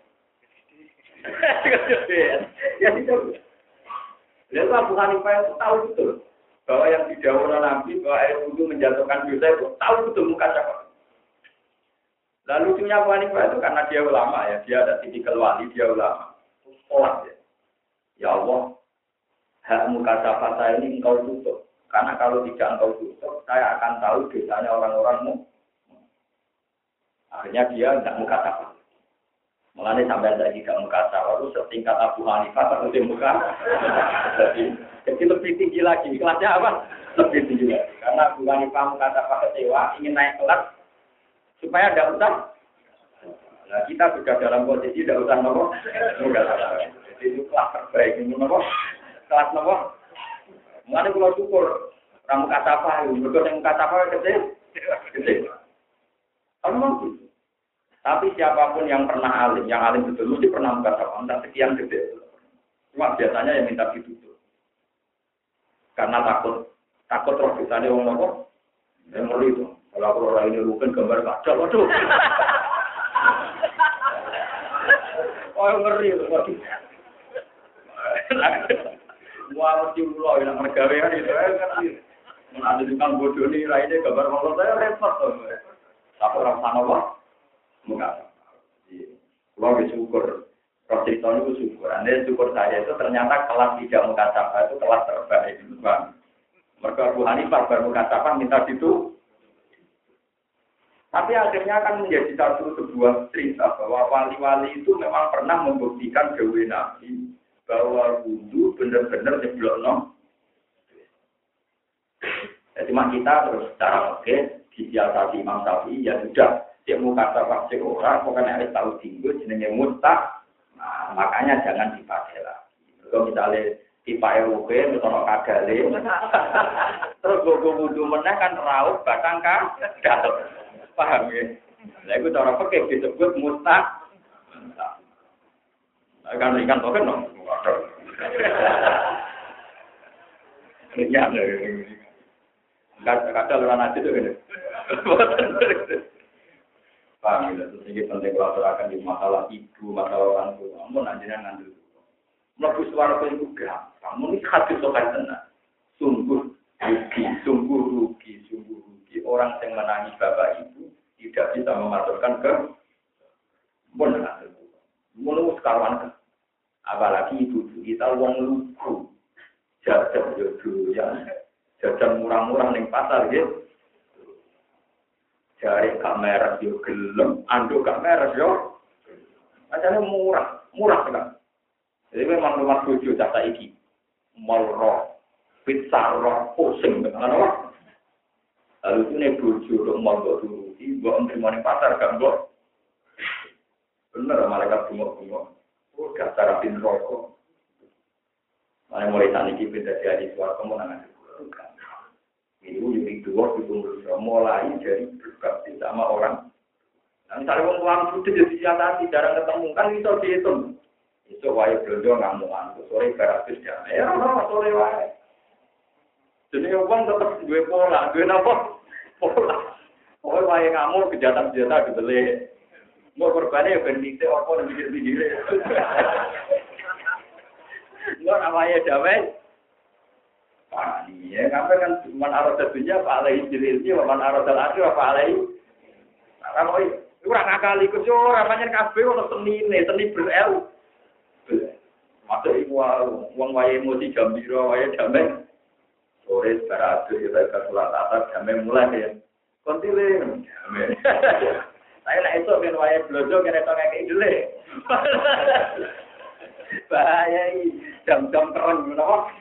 Ya itu. Lalu Abu Hanifah itu tahu betul bahwa yang didhawuhkan Nabi bahwa air wudhu menjatuhkan dosa itu tahu betul muka siapa. Lalu lucunya Abu Hanifah itu karena dia ulama ya, dia ada tipikal wali, dia ulama. Sholat ya. Ya Allah, hak muka siapa saya ini engkau tutup. Karena kalau tidak engkau tutup, saya akan tahu dosanya orang-orangmu. Akhirnya dia tidak muka siapa. Mulanya sampai saya tidak muka siapa itu setingkat Abu Hanifah atau di muka. Jadi lebih tinggi lagi. Kelasnya apa? Lebih tinggi lagi. Karena Abu Hanifah muka siapa kecewa, ingin naik kelas. Supaya tidak usah. Nah, kita sudah dalam posisi tidak usah nopo. Jadi itu kelas terbaik ini nopo. Kelas nopo. Mulanya kalau syukur. Orang muka siapa, berikut yang muka siapa kecil. Kamu mampu. Tapi siapapun yang pernah alim, yang alim betul mesti pernah muka siapa. Entah sekian gede. Cuma biasanya yang minta ditutup. Karena takut roh kita ada orang nopo. Yang ngeri itu. Kalau aku orang ini bukan gambar kaca, waduh. Oh ngeri itu, waduh. Wah mesti ulo yang mergawean itu kan. Ada tukang bodoh nih, lainnya gambar motor saya repot. Tapi orang sana wah, enggak. Kalau bersyukur, roh cerita itu syukur. Anda syukur saya itu ternyata kelas tidak muka sapa itu kelas terbaik. Mereka Abu Hanifah baru muka sapa minta itu. Tapi akhirnya akan menjadi sebuah cerita bahwa wali-wali itu memang pernah membuktikan dawuh Nabi bahwa wudhu benar-benar nyeblokno. Cuma kita terus secara disiasati Imam Syafi'i ya sudah dia muka sapa sing ora pokoknya harus tahu tinggal jenenge mustah. Nah, makanya jangan dipakai lagi. Kalau misalnya dipakai rugen atau kagale terus gogo wudhu meneh kan raup batang gatel. Paham ya? Nah, itu cara fikih disebut mustah. Kan ikan token dong. Ya, kadang orang nanti itu kan. Paham ya? Terus ini penting kalau akan di masalah ibu, masalah orang tua. Kamu nantinya ngambil. Melebu suara itu gampang. Kamu ini hadis sokan tenang. Sungguh rugi. Orang yang menangis bapak ibu tidak bisa mematurkan ke benar. Mulu sekarang apalagi ibu kita uang lugu jajan jodoh yang jajan murah-murah ning pasar gitu. Jari kamera yo gelem, anduk kamera yo Macamnya murah kan. Jadi memang rumah bojo cak iki. Mal roh, pizza roh, pusing dengan apa? Lalu ini bojo untuk mal mbok turuti, mbok nerima ning pasar gak mbok. Bener malaikat bungok-bungok. Oh, dasar pin rokok. Mulai saat ini beda jadi suara kemenangan. Ini uji dua ditunggu mulai dari berkati sama orang. Dan misalnya orang sudah jadi siasati jarang ketemu kan bisa dihitung. Itu wae belanja ngamuan, sore beratus jam. Ya, sore wae. Jadi orang tetap dua pola, dua apa? Pola. Sore wae ngamuk kejahatan-kejahatan dibeli. Mau korbannya ya berdikte apa dan pikir-pikir. Enggak namanya damai. Pak ini ya, kan man arah dunia Pak Alai Jililnya, man arah akhir Pak Alai. Kalau itu orang akal ikut orang banyak kafe orang seni berel. Masuk uang waya emosi gembira waya damai. Sore beratus kita ke sholat asar damai mulai ya. Kontilen damai. Saya nak esok kan waya blojo kena tongak idule. Bahaya ini jam-jam terang kenapa?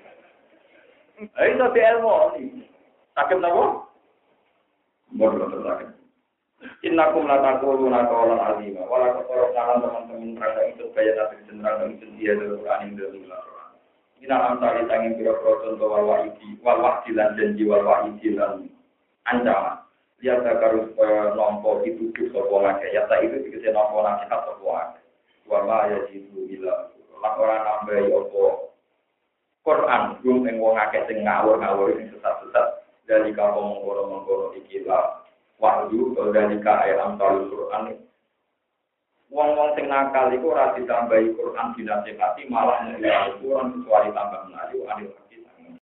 Ayo tapi ilmu ni sakit kenapa? Bodoh sakit. Innakum la taquluna qawlan azima wa la taquluna teman-teman mereka itu kaya nasib cenderung itu dia dalam Quran ini dalam Quran. Ina amsali tanging pira-pira contoh wal wahdi lan janji wal wahdi lan ancaman. Lihat harus nompo dituduh sapa ngake ya tak itu dikese nompo nasihat sapa ngake. Wa ma yajidu ila ora nambahi apa Quran gum ing wong akeh sing ngawur-ngawur sing sesat-sesat dari kaum mengkono-mengkono iki la wahyu dari alam talul Quran. Wong-wong sing nakal iku ora ditambahi Quran dinasihati malah ngene Quran kecuali tambah menayu anil